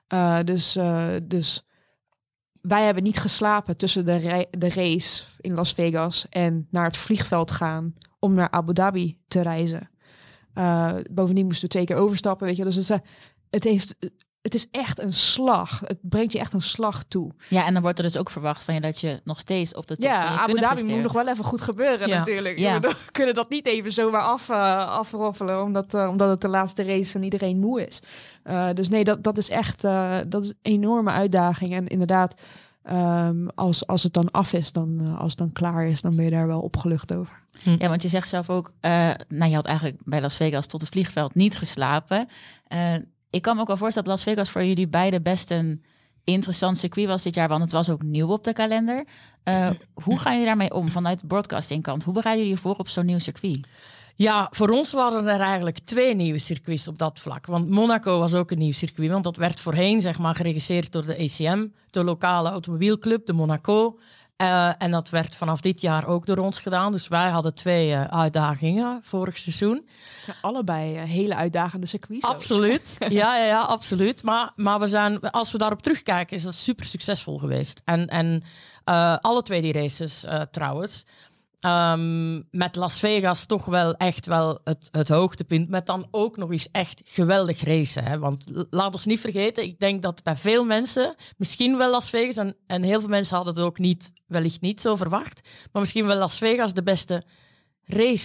Dus wij hebben niet geslapen tussen de race in Las Vegas en naar het vliegveld gaan om naar Abu Dhabi te reizen. Bovendien moesten we 2 keer overstappen, weet je. Dus het is echt een slag. Het brengt je echt een slag toe. Ja, en dan wordt er dus ook verwacht van je dat je nog steeds op de top van je Abu kunnen Dhabi presteert. moet nog wel even goed gebeuren natuurlijk. Ja. We kunnen dat niet even zomaar afroffelen, omdat het de laatste race en iedereen moe is. Dus nee, dat is echt dat is een enorme uitdaging. En inderdaad, als het dan af is, als het dan klaar is, dan ben je daar wel opgelucht over. Ja, want je zegt zelf ook, je had eigenlijk bij Las Vegas tot het vliegveld niet geslapen. Ik kan me ook wel voorstellen dat Las Vegas voor jullie beiden best een interessant circuit was dit jaar, want het was ook nieuw op de kalender. Hoe gaan jullie daarmee om vanuit de broadcastingkant? Hoe bereiden jullie je voor op zo'n nieuw circuit? Ja, voor ons waren er eigenlijk 2 nieuwe circuits op dat vlak. Want Monaco was ook een nieuw circuit, want dat werd voorheen geregisseerd door de ACM, de lokale automobielclub, de Monaco. En dat werd vanaf dit jaar ook door ons gedaan. Dus wij hadden 2 uitdagingen vorig seizoen. Het zijn allebei hele uitdagende circuits. Absoluut. Ja, absoluut. Maar als we daarop terugkijken, is dat super succesvol geweest. En alle 2 die races trouwens. Met Las Vegas toch wel echt wel het hoogtepunt. Met dan ook nog eens echt geweldig racen. Hè? Want laat ons niet vergeten, ik denk dat bij veel mensen, misschien wel Las Vegas, en heel veel mensen hadden het ook wellicht niet zo verwacht, maar misschien wel Las Vegas de beste race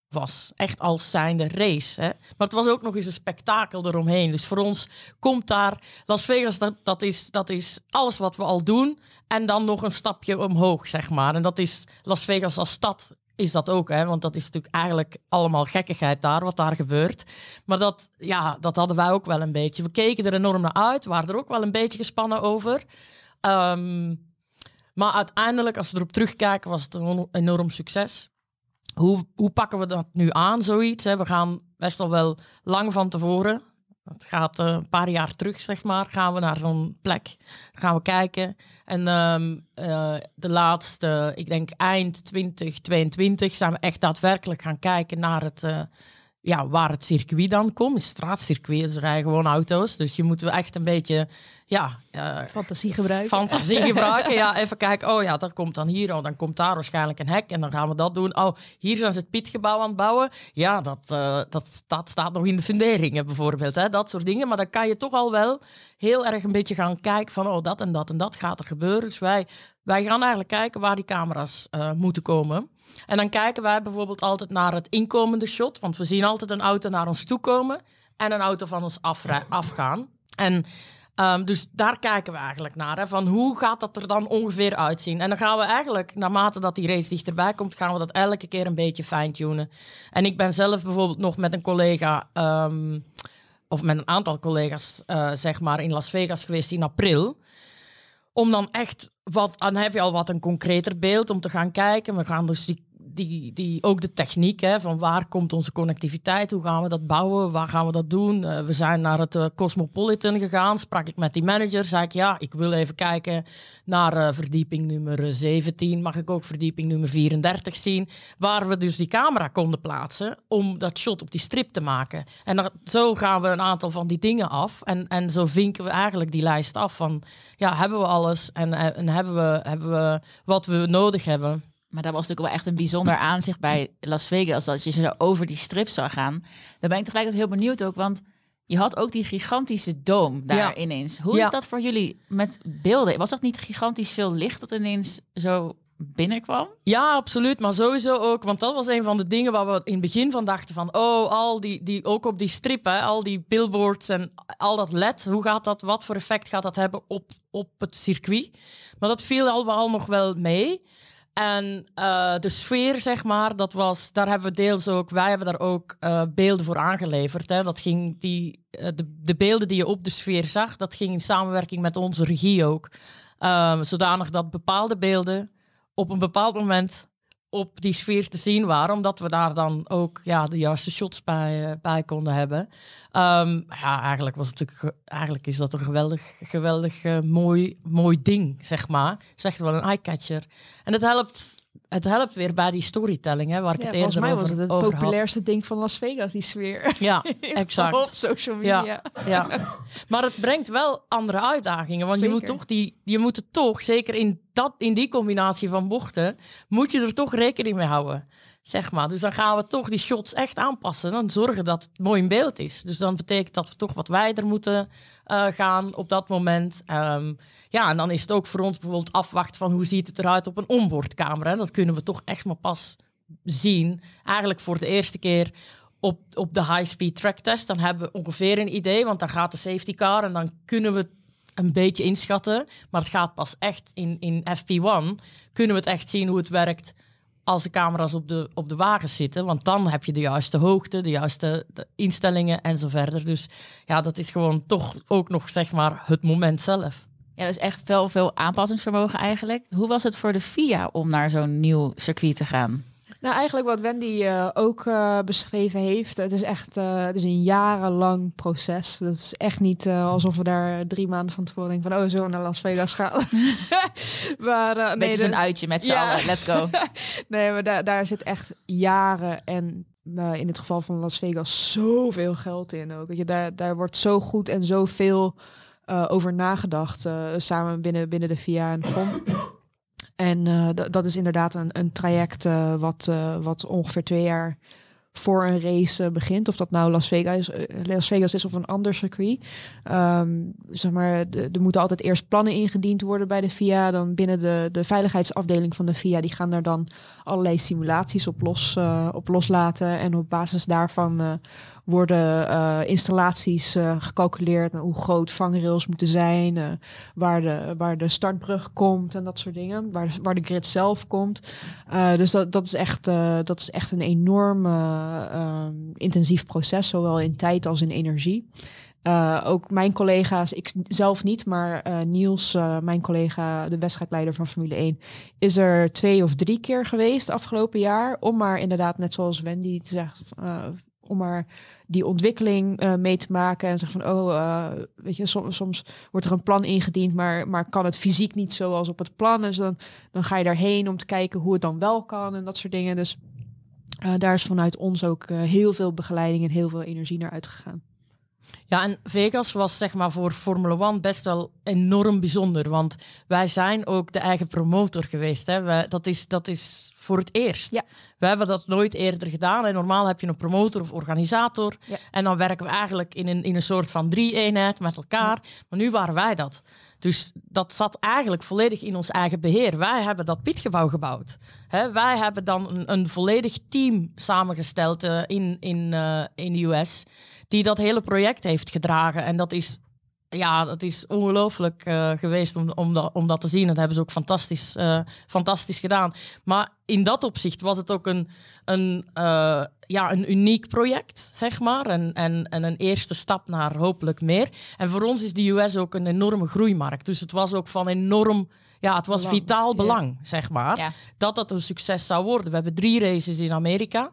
was. Echt als zijnde race. Hè? Maar het was ook nog eens een spektakel eromheen. Dus voor ons komt daar... Las Vegas, dat is alles wat we al doen. En dan nog een stapje omhoog, zeg maar. En dat is Las Vegas als stad is dat ook. Hè? Want dat is natuurlijk eigenlijk allemaal gekkigheid daar, wat daar gebeurt. Maar dat hadden wij ook wel een beetje. We keken er enorm naar uit. We waren er ook wel een beetje gespannen over. Maar uiteindelijk, als we erop terugkijken, was het een enorm succes. Hoe pakken we dat nu aan, zoiets? Hè? We gaan best wel lang van tevoren. Het gaat een paar jaar terug, zeg maar. Gaan we naar zo'n plek. Gaan we kijken. En de laatste, ik denk eind 2022, zijn we echt daadwerkelijk gaan kijken naar het... waar het circuit dan komt. Een straatcircuit, dus er rijden gewoon auto's. Dus je moet echt een beetje... fantasie gebruiken. Fantasie gebruiken, ja. Even kijken, oh ja, dat komt dan hier. Oh, dan komt daar waarschijnlijk een hek en dan gaan we dat doen. Oh, hier zijn ze het Pietgebouw aan het bouwen. Ja, dat staat nog in de funderingen bijvoorbeeld. Hè? Dat soort dingen. Maar dan kan je toch al wel heel erg een beetje gaan kijken van... oh, dat en dat en dat gaat er gebeuren. Dus wij gaan eigenlijk kijken waar die camera's moeten komen. En dan kijken wij bijvoorbeeld altijd naar het inkomende shot. Want we zien altijd een auto naar ons toe komen en een auto van ons afgaan. En dus daar kijken we eigenlijk naar. Hè, van hoe gaat dat er dan ongeveer uitzien? En dan gaan we eigenlijk, naarmate dat die race dichterbij komt, gaan we dat elke keer een beetje fine-tunen. En ik ben zelf bijvoorbeeld nog met een collega... of met een aantal collega's, zeg maar, in Las Vegas geweest in april. Om dan echt dan heb je al wat een concreter beeld om te gaan kijken. We gaan dus ook de techniek, hè, van waar komt onze connectiviteit, hoe gaan we dat bouwen, waar gaan we dat doen. We zijn naar het Cosmopolitan gegaan, sprak ik met die manager, zei ik ik wil even kijken naar verdieping nummer 17, mag ik ook verdieping nummer 34 zien, waar we dus die camera konden plaatsen om dat shot op die strip te maken. En zo gaan we een aantal van die dingen af en zo vinken we eigenlijk die lijst af van, hebben we alles en hebben we wat we nodig hebben. Maar dat was natuurlijk wel echt een bijzonder aanzicht bij Las Vegas, dat je zo over die strip zou gaan. Daar ben ik tegelijkertijd heel benieuwd ook, want je had ook die gigantische doom daar ineens. Hoe is dat voor jullie met beelden? Was dat niet gigantisch veel licht dat ineens zo binnenkwam? Ja, absoluut, maar sowieso ook, want dat was een van de dingen waar we in het begin van dachten van, al die ook op die strip, hè, al die billboards en al dat LED, hoe gaat dat, wat voor effect gaat dat hebben op het circuit? Maar dat viel al nog wel mee. En de sfeer, zeg maar, daar hebben we deels ook... Wij hebben daar ook beelden voor aangeleverd. Hè. Dat ging de beelden die je op de sfeer zag, dat ging in samenwerking met onze regie ook. Zodanig dat bepaalde beelden op een bepaald moment op die sfeer te zien waren. Omdat we daar dan ook de juiste shots bij konden hebben. Eigenlijk is dat een geweldig mooi ding, zeg maar. Het is echt wel een eye-catcher. En het helpt weer bij die storytelling, hè, waar ik het eerder over had. Volgens mij was het populairste ding van Las Vegas, die sfeer. Ja, exact. Op social media. Ja. Maar het brengt wel andere uitdagingen. Want je moet het toch, zeker in die combinatie van bochten, moet je er toch rekening mee houden. Zeg maar. Dus dan gaan we toch die shots echt aanpassen. Dan zorgen dat het mooi in beeld is. Dus dan betekent dat we toch wat wijder moeten gaan op dat moment. En dan is het ook voor ons bijvoorbeeld afwachten van hoe ziet het eruit op een onboardcamera. Dat kunnen we toch echt maar pas zien. Eigenlijk voor de eerste keer op de high-speed track test. Dan hebben we ongeveer een idee, want dan gaat de safety car en dan kunnen we een beetje inschatten. Maar het gaat pas echt in FP1 kunnen we het echt zien hoe het werkt als de camera's op de wagens zitten. Want dan heb je de juiste hoogte, de juiste instellingen en zo verder. Dus dat is gewoon toch ook nog, zeg maar, het moment zelf. Ja, dus echt wel veel aanpassingsvermogen eigenlijk. Hoe was het voor de FIA om naar zo'n nieuw circuit te gaan? Nou, eigenlijk wat Wendy ook beschreven heeft. Het is echt het is een jarenlang proces. Dat is echt niet alsof we daar 3 maanden van tevoren denken van zo naar Las Vegas gaan. Maar beetje zo'n uitje met z'n allen. Let's go. Nee, maar daar zit echt jaren en in het geval van Las Vegas zoveel geld in ook. Weet je, daar wordt zo goed en zoveel over nagedacht samen binnen de FIA en FOM. En dat is inderdaad een traject wat ongeveer 2 jaar voor een race begint. Of dat nou Las Vegas is of een ander circuit. Zeg maar, er moeten altijd eerst plannen ingediend worden bij de FIA. Dan binnen de veiligheidsafdeling van de FIA, die gaan er dan allerlei simulaties op loslaten. En op basis daarvan worden installaties gecalculeerd. Hoe groot vangrails moeten zijn. Waar de startbrug komt en dat soort dingen. Waar de grid zelf komt. Dus dat is echt een enorm intensief proces. Zowel in tijd als in energie. Ook mijn collega's, ik zelf niet, maar Niels, mijn collega, de wedstrijdleider van Formule 1, is er 2 of 3 keer geweest afgelopen jaar. Om maar inderdaad, net zoals Wendy zegt, om maar die ontwikkeling mee te maken. En zeggen van, weet je, soms wordt er een plan ingediend, maar kan het fysiek niet zoals op het plan. Dus dan ga je daarheen om te kijken hoe het dan wel kan en dat soort dingen. Dus daar is vanuit ons ook heel veel begeleiding en heel veel energie naar uitgegaan. Ja, en Vegas was zeg maar voor Formule 1 best wel enorm bijzonder. Want wij zijn ook de eigen promotor geweest. Hè. Dat is voor het eerst. Ja. We hebben dat nooit eerder gedaan. En normaal heb je een promotor of organisator. Ja. En dan werken we eigenlijk in een soort van 3-eenheid met elkaar. Ja. Maar nu waren wij dat. Dus dat zat eigenlijk volledig in ons eigen beheer. Wij hebben dat pitgebouw gebouwd. Wij hebben dan een volledig team samengesteld in de US... die dat hele project heeft gedragen. En dat is ongelooflijk geweest om dat te zien. Dat hebben ze ook fantastisch gedaan. Maar in dat opzicht was het ook een uniek project, zeg maar. En een eerste stap naar hopelijk meer. En voor ons is de US ook een enorme groeimarkt. Dus het was ook van enorm... Ja, het was vitaal belang, zeg maar. Ja. Dat een succes zou worden. We hebben 3 races in Amerika...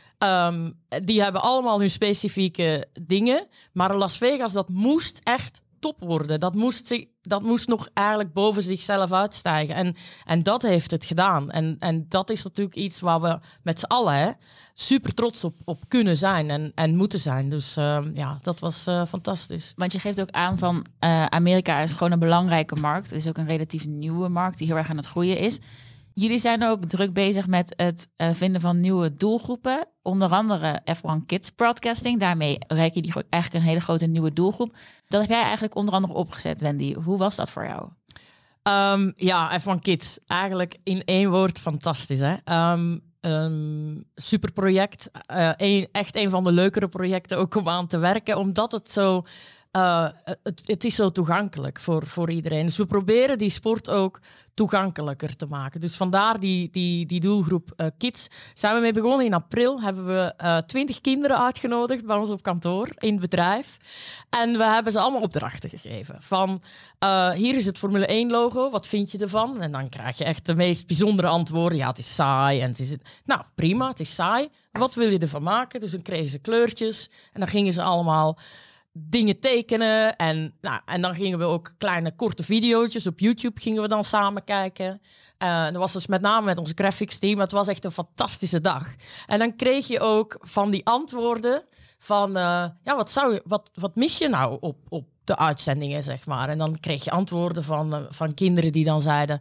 die hebben allemaal hun specifieke dingen. Maar Las Vegas, dat moest echt top worden. Dat moest nog eigenlijk boven zichzelf uitstijgen. En dat heeft het gedaan. En dat is natuurlijk iets waar we met z'n allen super trots op kunnen zijn en moeten zijn. Dus dat was fantastisch. Want je geeft ook aan van Amerika is gewoon een belangrijke markt. Het is ook een relatief nieuwe markt die heel erg aan het groeien is. Jullie zijn ook druk bezig met het vinden van nieuwe doelgroepen. Onder andere F1 Kids Broadcasting. Daarmee bereik je eigenlijk een hele grote nieuwe doelgroep. Dat heb jij eigenlijk onder andere opgezet, Wendy. Hoe was dat voor jou? F1 Kids. Eigenlijk in 1 woord fantastisch. Hè? Super project. Echt een van de leukere projecten ook om aan te werken. Omdat het zo... het is zo toegankelijk voor iedereen. Dus we proberen die sport ook toegankelijker te maken. Dus vandaar die doelgroep kids. Zijn we mee begonnen in april. Hebben we 20 kinderen uitgenodigd bij ons op kantoor in het bedrijf. En we hebben ze allemaal opdrachten gegeven. Van hier is het Formule 1 logo. Wat vind je ervan? En dan krijg je echt de meest bijzondere antwoorden. Ja, het is saai. En nou, prima, het is saai. Wat wil je ervan maken? Dus dan kregen ze kleurtjes. En dan gingen ze allemaal... dingen tekenen en dan gingen we ook kleine korte video's op YouTube gingen we dan samen kijken. Dat was dus met name met ons graphics team. Het was echt een fantastische dag. En dan kreeg je ook van die antwoorden van wat mis je nou op de uitzendingen, zeg maar. En dan kreeg je antwoorden van kinderen die dan zeiden...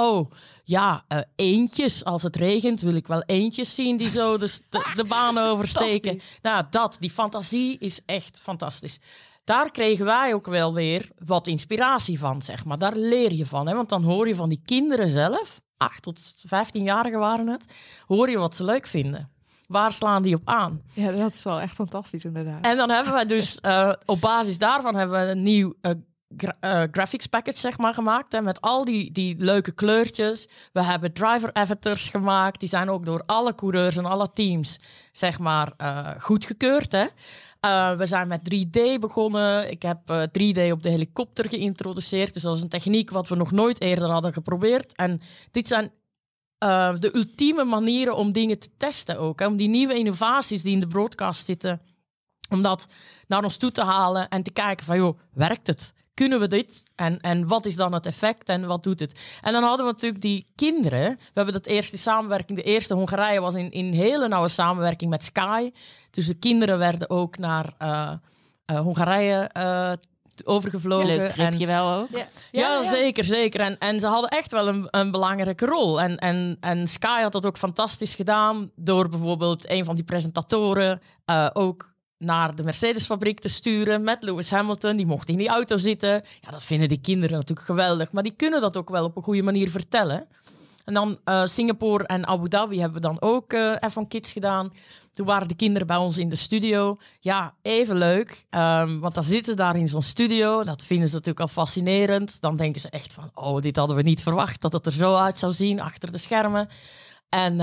eendjes, als het regent wil ik wel eendjes zien die zo de baan oversteken. Nou, die fantasie is echt fantastisch. Daar kregen wij ook wel weer wat inspiratie van, zeg maar. Daar leer je van, hè? Want dan hoor je van die kinderen zelf, 8 tot 15-jarigen waren het, hoor je wat ze leuk vinden. Waar slaan die op aan? Ja, dat is wel echt fantastisch inderdaad. En dan hebben we dus op basis daarvan hebben we een nieuw graphics package, zeg maar, gemaakt. Hè, met al die leuke kleurtjes. We hebben driver avatars gemaakt. Die zijn ook door alle coureurs en alle teams, zeg maar, goedgekeurd. Hè. We zijn met 3D begonnen. Ik heb 3D op de helikopter geïntroduceerd. Dus dat is een techniek wat we nog nooit eerder hadden geprobeerd. En dit zijn de ultieme manieren om dingen te testen ook. Hè? Om die nieuwe innovaties die in de broadcast zitten, om dat naar ons toe te halen en te kijken van, joh, werkt het? Kunnen we dit? En wat is dan het effect en wat doet het? En dan hadden we natuurlijk die kinderen. We hebben dat eerste samenwerking. De eerste Hongarije was in hele nauwe samenwerking met Sky. Dus de kinderen werden ook naar Hongarije overgevlogen. Leuk tripje wel ook. Ja, zeker. En ze hadden echt wel een belangrijke rol. En Sky had dat ook fantastisch gedaan door bijvoorbeeld een van die presentatoren ook naar de Mercedes-fabriek te sturen met Lewis Hamilton. Die mocht in die auto zitten. Ja, dat vinden die kinderen natuurlijk geweldig. Maar die kunnen dat ook wel op een goede manier vertellen. En dan Singapore en Abu Dhabi hebben we dan ook F1 Kids gedaan. Toen waren de kinderen bij ons in de studio. Ja, even leuk. Want dan zitten ze daar in zo'n studio. Dat vinden ze natuurlijk al fascinerend. Dan denken ze echt van, oh, dit hadden we niet verwacht. Dat het er zo uit zou zien achter de schermen. En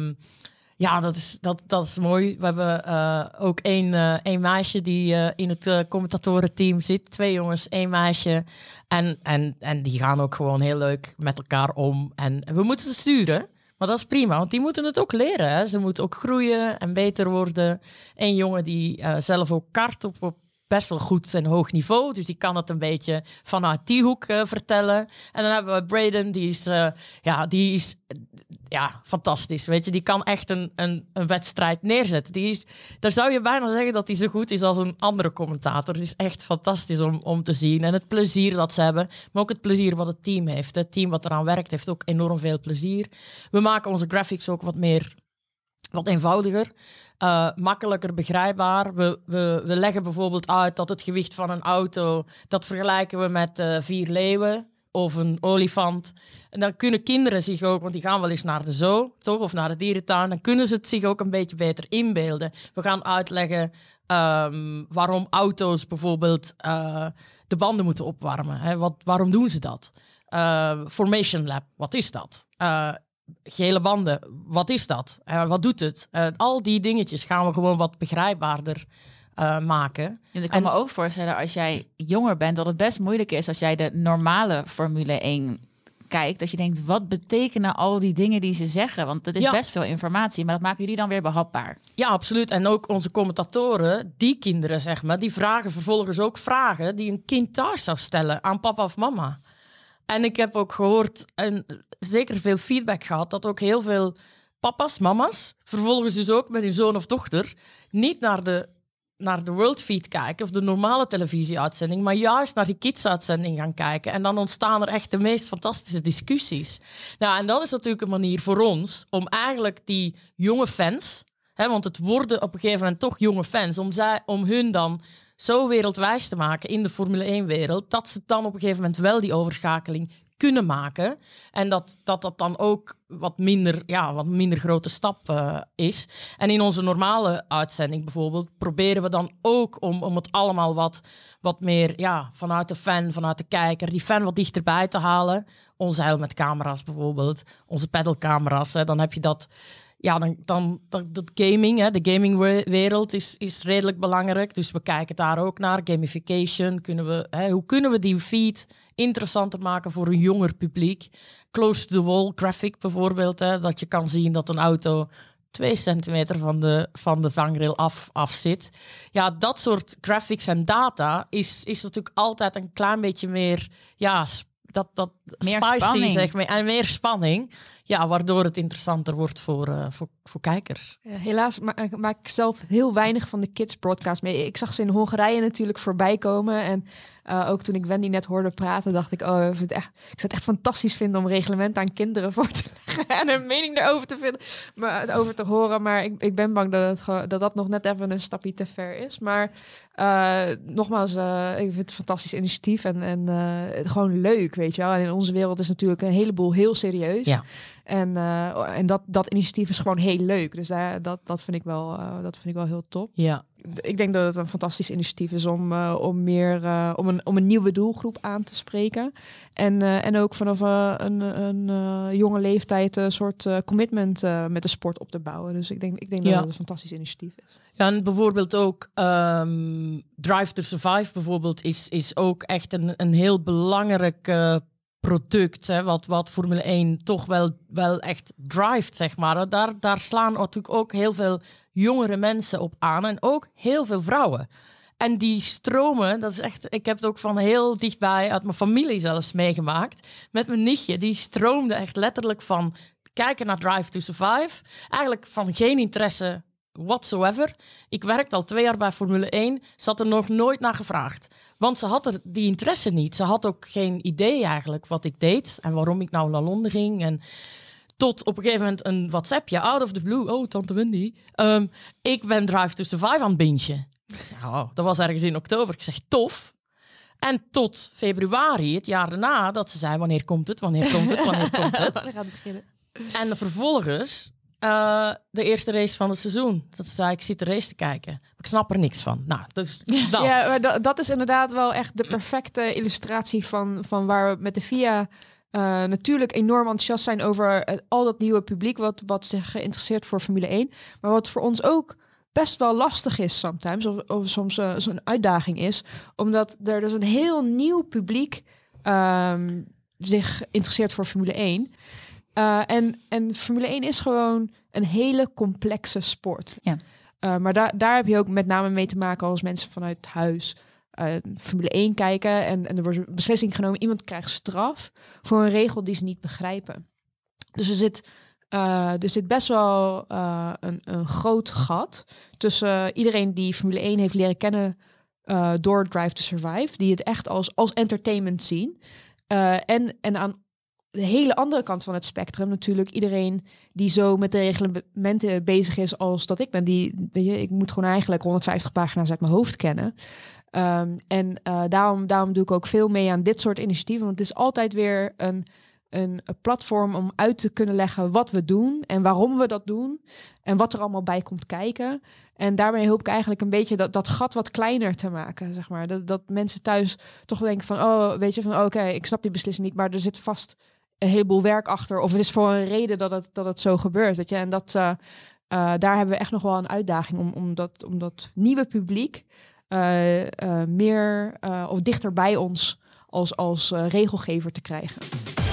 ja, dat is mooi. We hebben ook één meisje die in het commentatorenteam zit. 2 jongens, 1 meisje. En die gaan ook gewoon heel leuk met elkaar om. En we moeten ze sturen. Maar dat is prima, want die moeten het ook leren. Hè? Ze moeten ook groeien en beter worden. Een jongen die zelf ook kart op best wel goed en hoog niveau. Dus die kan het een beetje vanuit die hoek vertellen. En dan hebben we Braden, die is fantastisch. Weet je, die kan echt een wedstrijd neerzetten. Daar zou je bijna zeggen dat hij zo goed is als een andere commentator. Het is echt fantastisch om te zien. En het plezier dat ze hebben, maar ook het plezier wat het team heeft. Het team wat eraan werkt, heeft ook enorm veel plezier. We maken onze graphics ook wat eenvoudiger. Makkelijker begrijpbaar. We leggen bijvoorbeeld uit dat het gewicht van een auto, dat vergelijken we met 4 leeuwen of een olifant. En dan kunnen kinderen zich ook, want die gaan wel eens naar de zoo, toch? Of naar de dierentuin, dan kunnen ze het zich ook een beetje beter inbeelden. We gaan uitleggen waarom auto's bijvoorbeeld de banden moeten opwarmen. Hè? Waarom doen ze dat? Formation Lab, wat is dat? Gele banden, wat is dat? Wat doet het? Al die dingetjes gaan we gewoon wat begrijpbaarder maken. En ik kan me ook voorstellen, als jij jonger bent, dat het best moeilijk is als jij de normale Formule 1 kijkt. Dat je denkt, wat betekenen al die dingen die ze zeggen? Want het is best veel informatie, maar dat maken jullie dan weer behapbaar. Ja, absoluut. En ook onze commentatoren, die kinderen zeg maar, die vragen vervolgens ook vragen die een kind thuis zou stellen aan papa of mama. En ik heb ook gehoord, en zeker veel feedback gehad, dat ook heel veel papa's, mama's, vervolgens dus ook met hun zoon of dochter, niet naar de World Feed kijken of de normale televisieuitzending, maar juist naar die kids-uitzending gaan kijken. En dan ontstaan er echt de meest fantastische discussies. Nou, en dat is natuurlijk een manier voor ons om eigenlijk die jonge fans, want het worden op een gegeven moment toch jonge fans, om hun dan zo wereldwijs te maken in de Formule 1-wereld, dat ze dan op een gegeven moment wel die overschakeling kunnen maken. En dat dan ook wat minder grote stap is. En in onze normale uitzending bijvoorbeeld proberen we dan ook om het allemaal wat meer vanuit de fan, vanuit de kijker, die fan wat dichterbij te halen. Onze helmet camera's bijvoorbeeld, onze pedalcamera's. Dan heb je dat. Ja, dat gaming, de gamingwereld is redelijk belangrijk. Dus we kijken daar ook naar. Gamification, hoe kunnen we die feed interessanter maken voor een jonger publiek? Close to the wall graphic bijvoorbeeld, dat je kan zien dat een auto 2 centimeter van de vangrail af zit. Ja, dat soort graphics en data is natuurlijk altijd een klein beetje meer, dat meer spicy, spanning. zeg maar, en meer spanning. Ja, waardoor het interessanter wordt voor kijkers. Helaas maak ik zelf heel weinig van de kids broadcast mee. Ik zag ze in Hongarije natuurlijk voorbij komen. En ook toen ik Wendy net hoorde praten, dacht ik, ik zou het echt fantastisch vinden om reglementen aan kinderen voor te leggen en een mening erover te vinden, over te horen. Maar ik ben bang dat nog net even een stapje te ver is. Maar nogmaals, ik vind het een fantastisch initiatief en gewoon leuk, weet je wel. En in onze wereld is natuurlijk een heleboel heel serieus. Ja. En dat initiatief is gewoon heel leuk. Dus dat vind ik wel heel top. Ja. Ik denk dat het een fantastisch initiatief is om een nieuwe doelgroep aan te spreken. En ook vanaf een jonge leeftijd een soort commitment met de sport op te bouwen. Dus ik denk dat het een fantastisch initiatief is. Ja, en bijvoorbeeld ook Drive to Survive bijvoorbeeld is ook echt een heel belangrijk product, wat Formule 1 toch wel echt drivet, zeg maar. Daar slaan natuurlijk ook heel veel jongere mensen op aan en ook heel veel vrouwen. En die stromen, dat is echt, ik heb het ook van heel dichtbij uit mijn familie zelfs meegemaakt, met mijn nichtje, die stroomde echt letterlijk van kijken naar Drive to Survive, eigenlijk van geen interesse whatsoever. Ik werkte al 2 jaar bij Formule 1, zat er nog nooit naar gevraagd. Want ze had er die interesse niet. Ze had ook geen idee eigenlijk wat ik deed en waarom ik nou naar Londen ging. En tot op een gegeven moment een WhatsAppje, out of the blue. Oh, tante Wendy. Ik ben Drive to Survive aan het bingen. Ja, dat was ergens in oktober. Ik zeg, tof. En tot februari, het jaar daarna, dat ze zei, wanneer komt het? Dan gaat het beginnen. En vervolgens de eerste race van het seizoen. Dat ze zei, ik zit de race te kijken. Ik snap er niks van. Nou, dus dat. Ja, maar dat is inderdaad wel echt de perfecte illustratie van waar we met de FIA natuurlijk enorm enthousiast zijn over al dat nieuwe publiek wat zich geïnteresseerd voor Formule 1. Maar wat voor ons ook best wel lastig is sometimes, of soms zo'n uitdaging is, omdat er dus een heel nieuw publiek zich interesseert voor Formule 1. En Formule 1 is gewoon een hele complexe sport. Ja. Maar daar heb je ook met name mee te maken als mensen vanuit huis Formule 1 kijken en er wordt een beslissing genomen. Iemand krijgt straf voor een regel die ze niet begrijpen. Dus er zit best wel een groot gat tussen iedereen die Formule 1 heeft leren kennen door Drive to Survive, die het echt als entertainment zien. En aan de hele andere kant van het spectrum natuurlijk iedereen die zo met de reglementen bezig is als dat ik ben. Ik moet gewoon eigenlijk 150 pagina's uit mijn hoofd kennen. Daarom doe ik ook veel mee aan dit soort initiatieven. Want het is altijd weer een platform om uit te kunnen leggen wat we doen en waarom we dat doen en wat er allemaal bij komt kijken. En daarmee hoop ik eigenlijk een beetje dat gat wat kleiner te maken, zeg maar. Dat mensen thuis toch denken van, oké, ik snap die beslissing niet, maar er zit vast een heleboel werk achter. Of het is voor een reden dat het zo gebeurt, weet je. En daar hebben we echt nog wel een uitdaging om dat nieuwe publiek meer of dichter bij ons als regelgever te krijgen.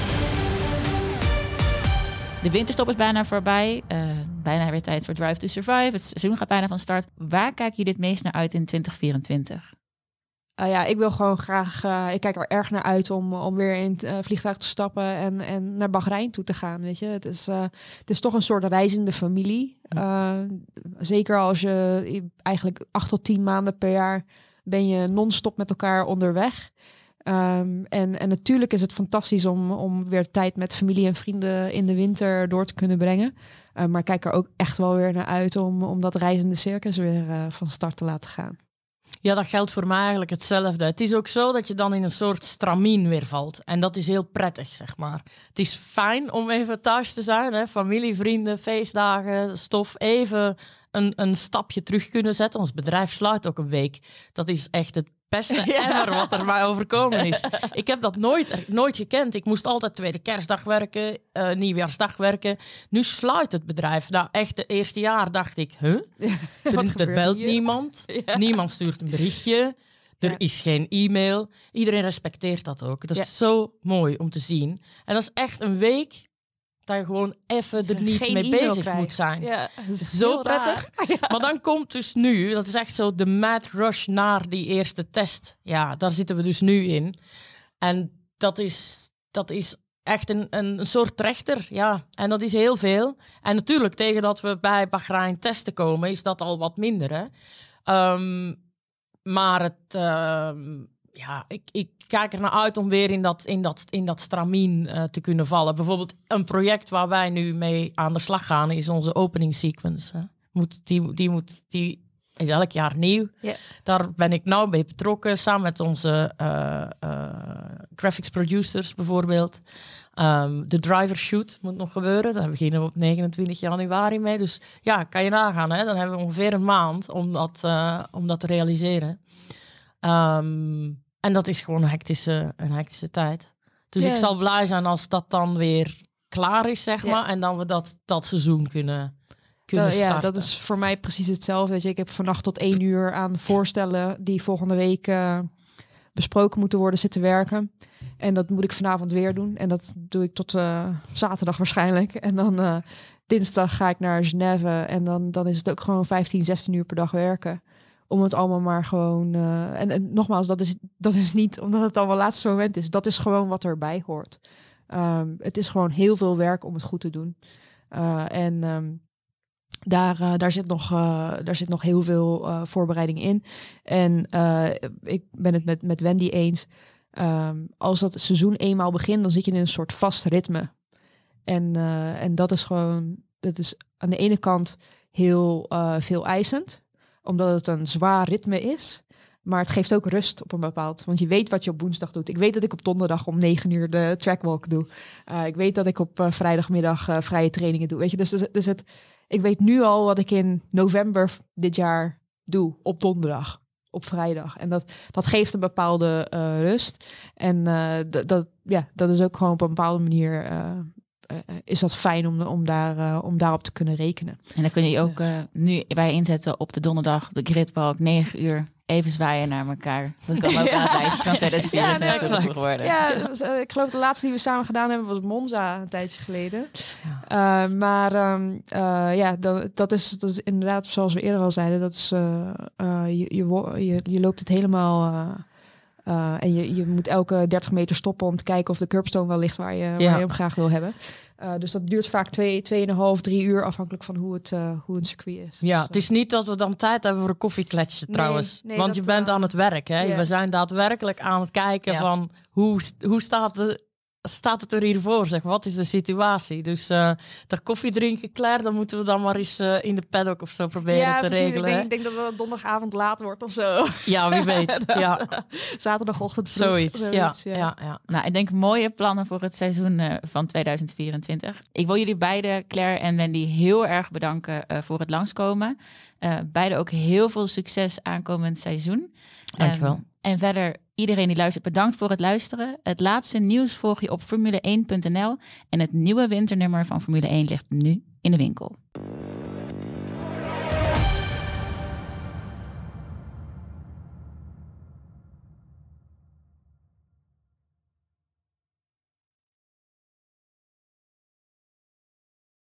De winterstop is bijna voorbij. Bijna weer tijd voor Drive to Survive. Het seizoen gaat bijna van start. Waar kijk je dit meest naar uit in 2024? Ik wil gewoon graag... ik kijk er erg naar uit om weer in het vliegtuig te stappen en naar Bahrein toe te gaan. Weet je? Het is toch een soort reizende familie. Zeker als je eigenlijk 8 tot 10 maanden per jaar ben je non-stop met elkaar onderweg. En natuurlijk is het fantastisch om weer tijd met familie en vrienden in de winter door te kunnen brengen. Maar ik kijk er ook echt wel weer naar uit om dat reizende circus weer van start te laten gaan. Ja, dat geldt voor mij eigenlijk hetzelfde. Het is ook zo dat je dan in een soort stramien weer valt. En dat is heel prettig, zeg maar. Het is fijn om even thuis te zijn. Hè? Familie, vrienden, feestdagen, stof. Even een stapje terug kunnen zetten. Ons bedrijf sluit ook een week. Dat is echt het beste ever wat er mij overkomen is. Ik heb dat nooit gekend. Ik moest altijd tweede kerstdag werken, nieuwjaarsdag werken. Nu sluit het bedrijf. Nou, echt, het eerste jaar dacht ik, er belt niemand. Ja. Niemand stuurt een berichtje. Er is geen e-mail. Iedereen respecteert dat ook. Dat is zo mooi om te zien. En dat is echt een week dat je gewoon even er niet mee bezig moet zijn. Ja, dat is zo prettig. Ja. Maar dan komt dus nu, dat is echt zo de mad rush naar die eerste test. Ja, daar zitten we dus nu in. En dat is echt een soort trechter. Ja, en dat is heel veel. En natuurlijk, tegen dat we bij Bahrein testen komen, is dat al wat minder. Hè? Maar het... ik kijk er naar uit om weer in dat stramien te kunnen vallen. Bijvoorbeeld een project waar wij nu mee aan de slag gaan is onze opening sequence. Die is elk jaar nieuw. Yeah. Daar ben ik nou bij betrokken, samen met onze graphics producers bijvoorbeeld. De driver shoot moet nog gebeuren. Daar beginnen we op 29 januari mee. Dus ja, kan je nagaan. Hè? Dan hebben we ongeveer een maand om dat te realiseren. En dat is gewoon een hectische tijd. Dus ik zal blij zijn als dat dan weer klaar is, zeg maar. En dan we dat seizoen kunnen starten. Ja, dat is voor mij precies hetzelfde. Weet je, ik heb vannacht tot 1 uur aan voorstellen die volgende week besproken moeten worden zitten werken. En dat moet ik vanavond weer doen. En dat doe ik tot zaterdag waarschijnlijk. En dan dinsdag ga ik naar Genève. En dan is het ook gewoon 15, 16 uur per dag werken. Om het allemaal maar gewoon... En nogmaals, dat is niet omdat het allemaal laatste moment is. Dat is gewoon wat erbij hoort. Het is gewoon heel veel werk om het goed te doen. Daar zit nog heel veel voorbereiding in. En ik ben het met Wendy eens. Als dat seizoen eenmaal begint, dan zit je in een soort vast ritme. En dat is aan de ene kant heel veel eisend, omdat het een zwaar ritme is. Maar het geeft ook rust op een bepaald... Want je weet wat je op woensdag doet. Ik weet dat ik op donderdag om 9 uur de trackwalk doe. Ik weet dat ik op vrijdagmiddag vrije trainingen doe. Weet je, dus ik weet nu al wat ik in november dit jaar doe. Op donderdag, op vrijdag. En dat geeft een bepaalde rust. En dat is ook gewoon op een bepaalde manier... is dat fijn om daarop te kunnen rekenen. En dan kun je ook nu bij inzetten op de donderdag, de gridbalk, 9 uur. Even zwaaien naar elkaar. Dat kan ook aan het lijstje van 2024 worden. Ja, ik geloof de laatste die we samen gedaan hebben was Monza een tijdje geleden. Ja. Dat is inderdaad, zoals we eerder al zeiden, dat is je loopt het helemaal... en je moet elke 30 meter stoppen om te kijken of de curbstone wel ligt waar je hem graag wil hebben. Dus dat duurt vaak 2,5, 3 uur afhankelijk van hoe een circuit is. Ja, Dus, het is niet dat we dan tijd hebben voor een koffiekletsje trouwens. Nee, want je bent aan het werk. Hè? Ja. We zijn daadwerkelijk aan het kijken van hoe staat het er hiervoor? Zeg, wat is de situatie? Dus dat koffie drinken klaar, dan moeten we dan maar eens in de paddock of zo proberen te regelen. Ik denk dat het donderdagavond laat wordt of zo. Ja, wie weet. Ja. Zaterdagochtend vroeg. Zoiets. Ja. Nou, ik denk mooie plannen voor het seizoen van 2024. Ik wil jullie beiden, Claire en Wendy, heel erg bedanken voor het langskomen. Beiden ook heel veel succes aankomend seizoen. Dankjewel. En verder, iedereen die luistert, bedankt voor het luisteren. Het laatste nieuws volg je op Formule1.nl. En het nieuwe winternummer van Formule 1 ligt nu in de winkel.